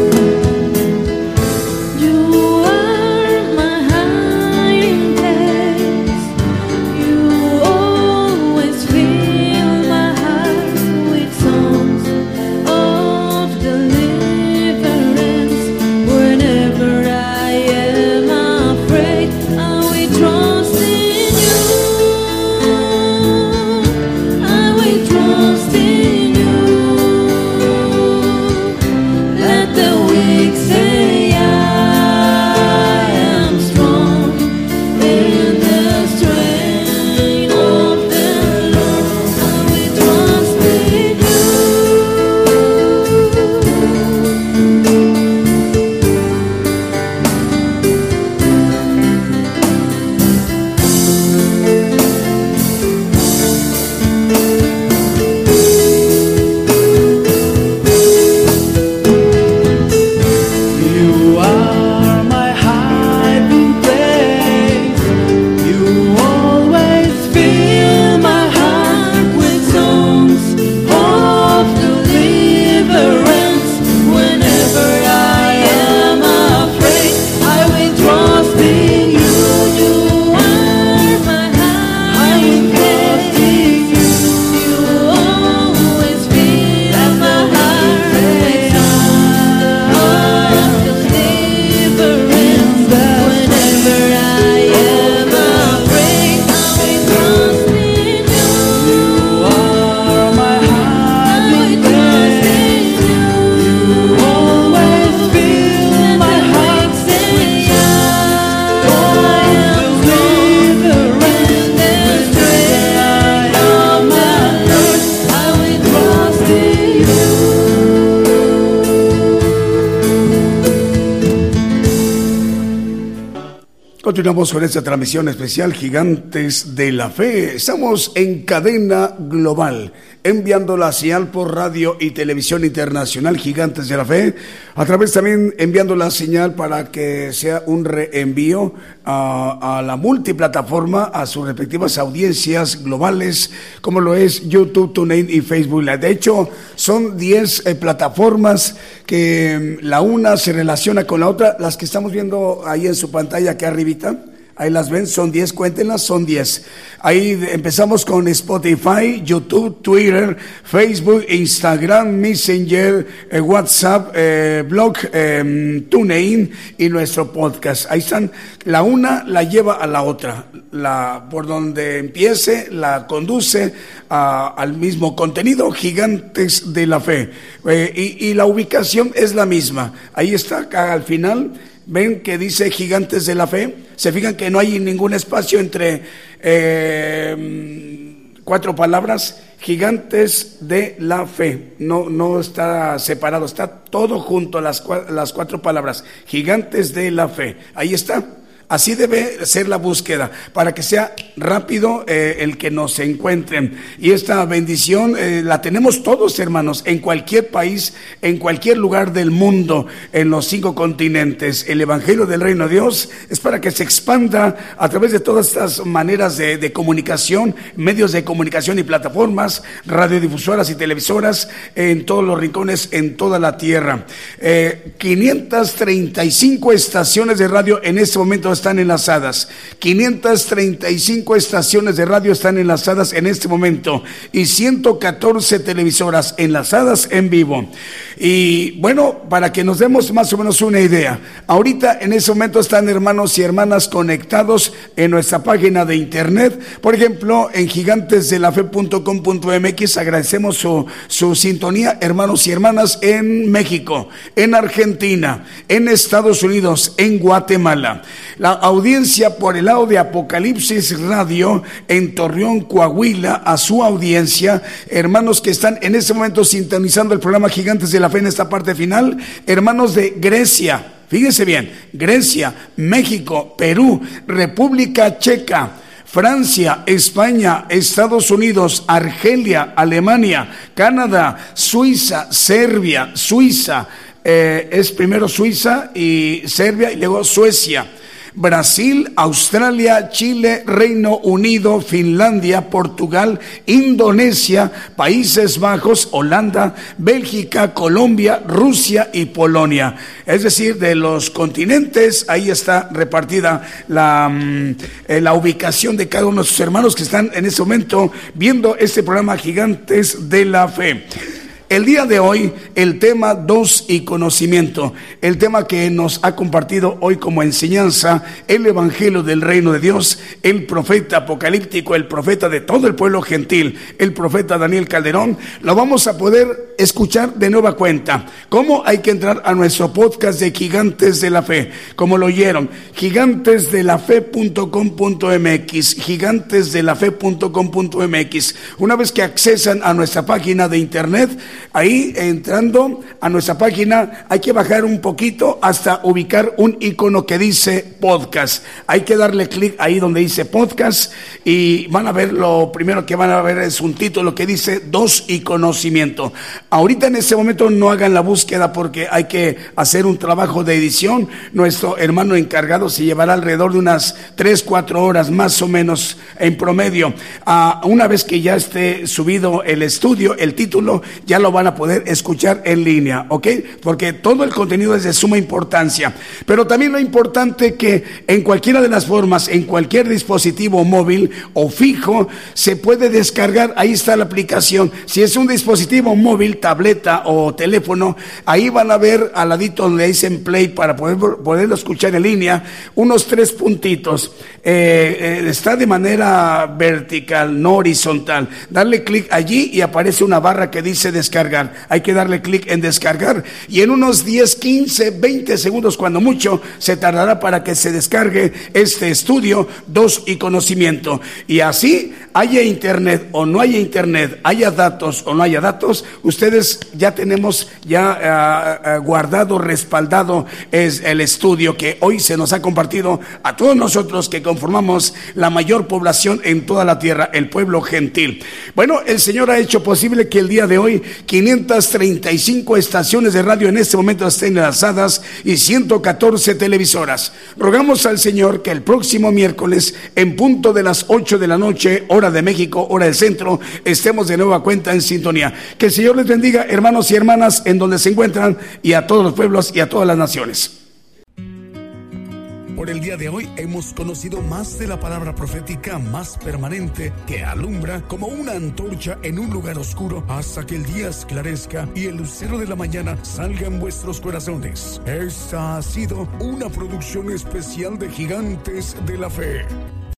You are my hiding place. You always fill my heart with songs of deliverance. Whenever I am afraid, I will trust in you. I will trust in you. Let the weak say I am strong in the strength of the Lord. I will trust in you. You are my hiding place. You always fill my heart with songs of deliverance. Whenever I am afraid, I will trust in you. You are my hiding place. You always fill my heart with songs of deliverance. Whenever I am afraid, I will trust in you. You are my hiding place. You always fill my heart with songs of deliverance. I will trust in you. Continuamos con esta transmisión especial Gigantes de la Fe. Estamos en cadena global, enviando la señal por radio y televisión internacional Gigantes de la Fe, a través también enviando la señal para que sea un reenvío a la multiplataforma, a sus respectivas audiencias globales, como lo es YouTube, TuneIn y Facebook. De hecho, son 10 plataformas que la una se relaciona con la otra, las que estamos viendo ahí en su pantalla, aquí arribita. Ahí las ven, son 10, cuéntenlas, son 10. Ahí empezamos con Spotify, YouTube, Twitter, Facebook, Instagram, Messenger, WhatsApp, blog, TuneIn y nuestro podcast. Ahí están, la una la lleva a la otra. Por donde empiece, la conduce al mismo contenido, Gigantes de la Fe. Y la ubicación es la misma. Ahí está, acá al final. Ven que dice Gigantes de la Fe. Se fijan que no hay ningún espacio entre 4 palabras, Gigantes de la Fe. No está separado, está todo junto, las 4 palabras, Gigantes de la Fe. Ahí está. Así debe ser la búsqueda, para que sea rápido el que nos encuentren. Y esta bendición la tenemos todos, hermanos, en cualquier país, en cualquier lugar del mundo, en los 5 continentes. El Evangelio del Reino de Dios es para que se expanda a través de todas estas maneras de comunicación, medios de comunicación y plataformas, radiodifusoras y televisoras, en todos los rincones, en toda la tierra. 535 estaciones de radio en este momento están enlazadas. 535 estaciones de radio están enlazadas en este momento y 114 televisoras enlazadas en vivo. Y bueno, para que nos demos más o menos una idea, ahorita en este momento están hermanos y hermanas conectados en nuestra página de internet, por ejemplo en gigantesdelafe.com.mx. agradecemos su sintonía, hermanos y hermanas en México, en Argentina, en Estados Unidos, en Guatemala. La audiencia por el lado de Apocalipsis Radio en Torreón, Coahuila, a su audiencia, hermanos que están en este momento sintonizando el programa Gigantes de la Fe en esta parte final, hermanos de Grecia, fíjense bien, Grecia, México, Perú, República Checa, Francia, España, Estados Unidos, Argelia, Alemania, Canadá, Suiza, Serbia, Suiza, es primero Suiza y Serbia y luego Suecia, Brasil, Australia, Chile, Reino Unido, Finlandia, Portugal, Indonesia, Países Bajos, Holanda, Bélgica, Colombia, Rusia y Polonia. Es decir, de los continentes, ahí está repartida la ubicación de cada uno de sus hermanos que están en este momento viendo este programa Gigantes de la Fe. El día de hoy, el tema 2 y conocimiento, el tema que nos ha compartido hoy como enseñanza, el Evangelio del Reino de Dios, el profeta apocalíptico, el profeta de todo el pueblo gentil, el profeta Daniel Calderón, lo vamos a poder escuchar de nueva cuenta. ¿Cómo? Hay que entrar a nuestro podcast de Gigantes de la Fe, como lo oyeron, gigantesdelafe.com.mx, gigantesdelafe.com.mx. Una vez que accesan a nuestra página de internet, ahí entrando a nuestra página hay que bajar un poquito hasta ubicar un icono que dice podcast. Hay que darle clic ahí donde dice podcast y van a ver, lo primero que van a ver es un título que dice 2 y conocimiento. Ahorita en este momento no hagan la búsqueda porque hay que hacer un trabajo de edición. Nuestro hermano encargado se llevará alrededor de unas 3-4 horas más o menos en promedio. Una vez que ya esté subido el estudio, el título, ya lo van a poder escuchar en línea, ¿ok? Porque todo el contenido es de suma importancia. Pero también lo importante que en cualquiera de las formas, en cualquier dispositivo móvil o fijo, se puede descargar. Ahí está la aplicación. Si es un dispositivo móvil, tableta o teléfono, ahí van a ver al ladito donde dicen play para poderlo escuchar en línea, unos 3 puntitos. Está de manera vertical, no horizontal. Darle clic allí y aparece una barra que dice descargar. Hay que darle clic en descargar y en unos 10, 15, 20 segundos cuando mucho se tardará para que se descargue este estudio 2 y conocimiento. Y así haya internet o no haya internet, haya datos o no haya datos, ustedes ya tenemos guardado, respaldado es el estudio que hoy se nos ha compartido a todos nosotros que conformamos la mayor población en toda la tierra, el pueblo gentil. Bueno, el Señor ha hecho posible que el día de hoy 535 estaciones de radio en este momento estén enlazadas y 114 televisoras. Rogamos al Señor que el próximo miércoles, en punto de las 8 de la noche, hora de México, hora del centro, estemos de nueva cuenta en sintonía. Que el Señor les bendiga, hermanos y hermanas, en donde se encuentran, y a todos los pueblos y a todas las naciones. Por el día de hoy hemos conocido más de la palabra profética más permanente que alumbra como una antorcha en un lugar oscuro hasta que el día esclarezca y el lucero de la mañana salga en vuestros corazones. Esta ha sido una producción especial de Gigantes de la Fe.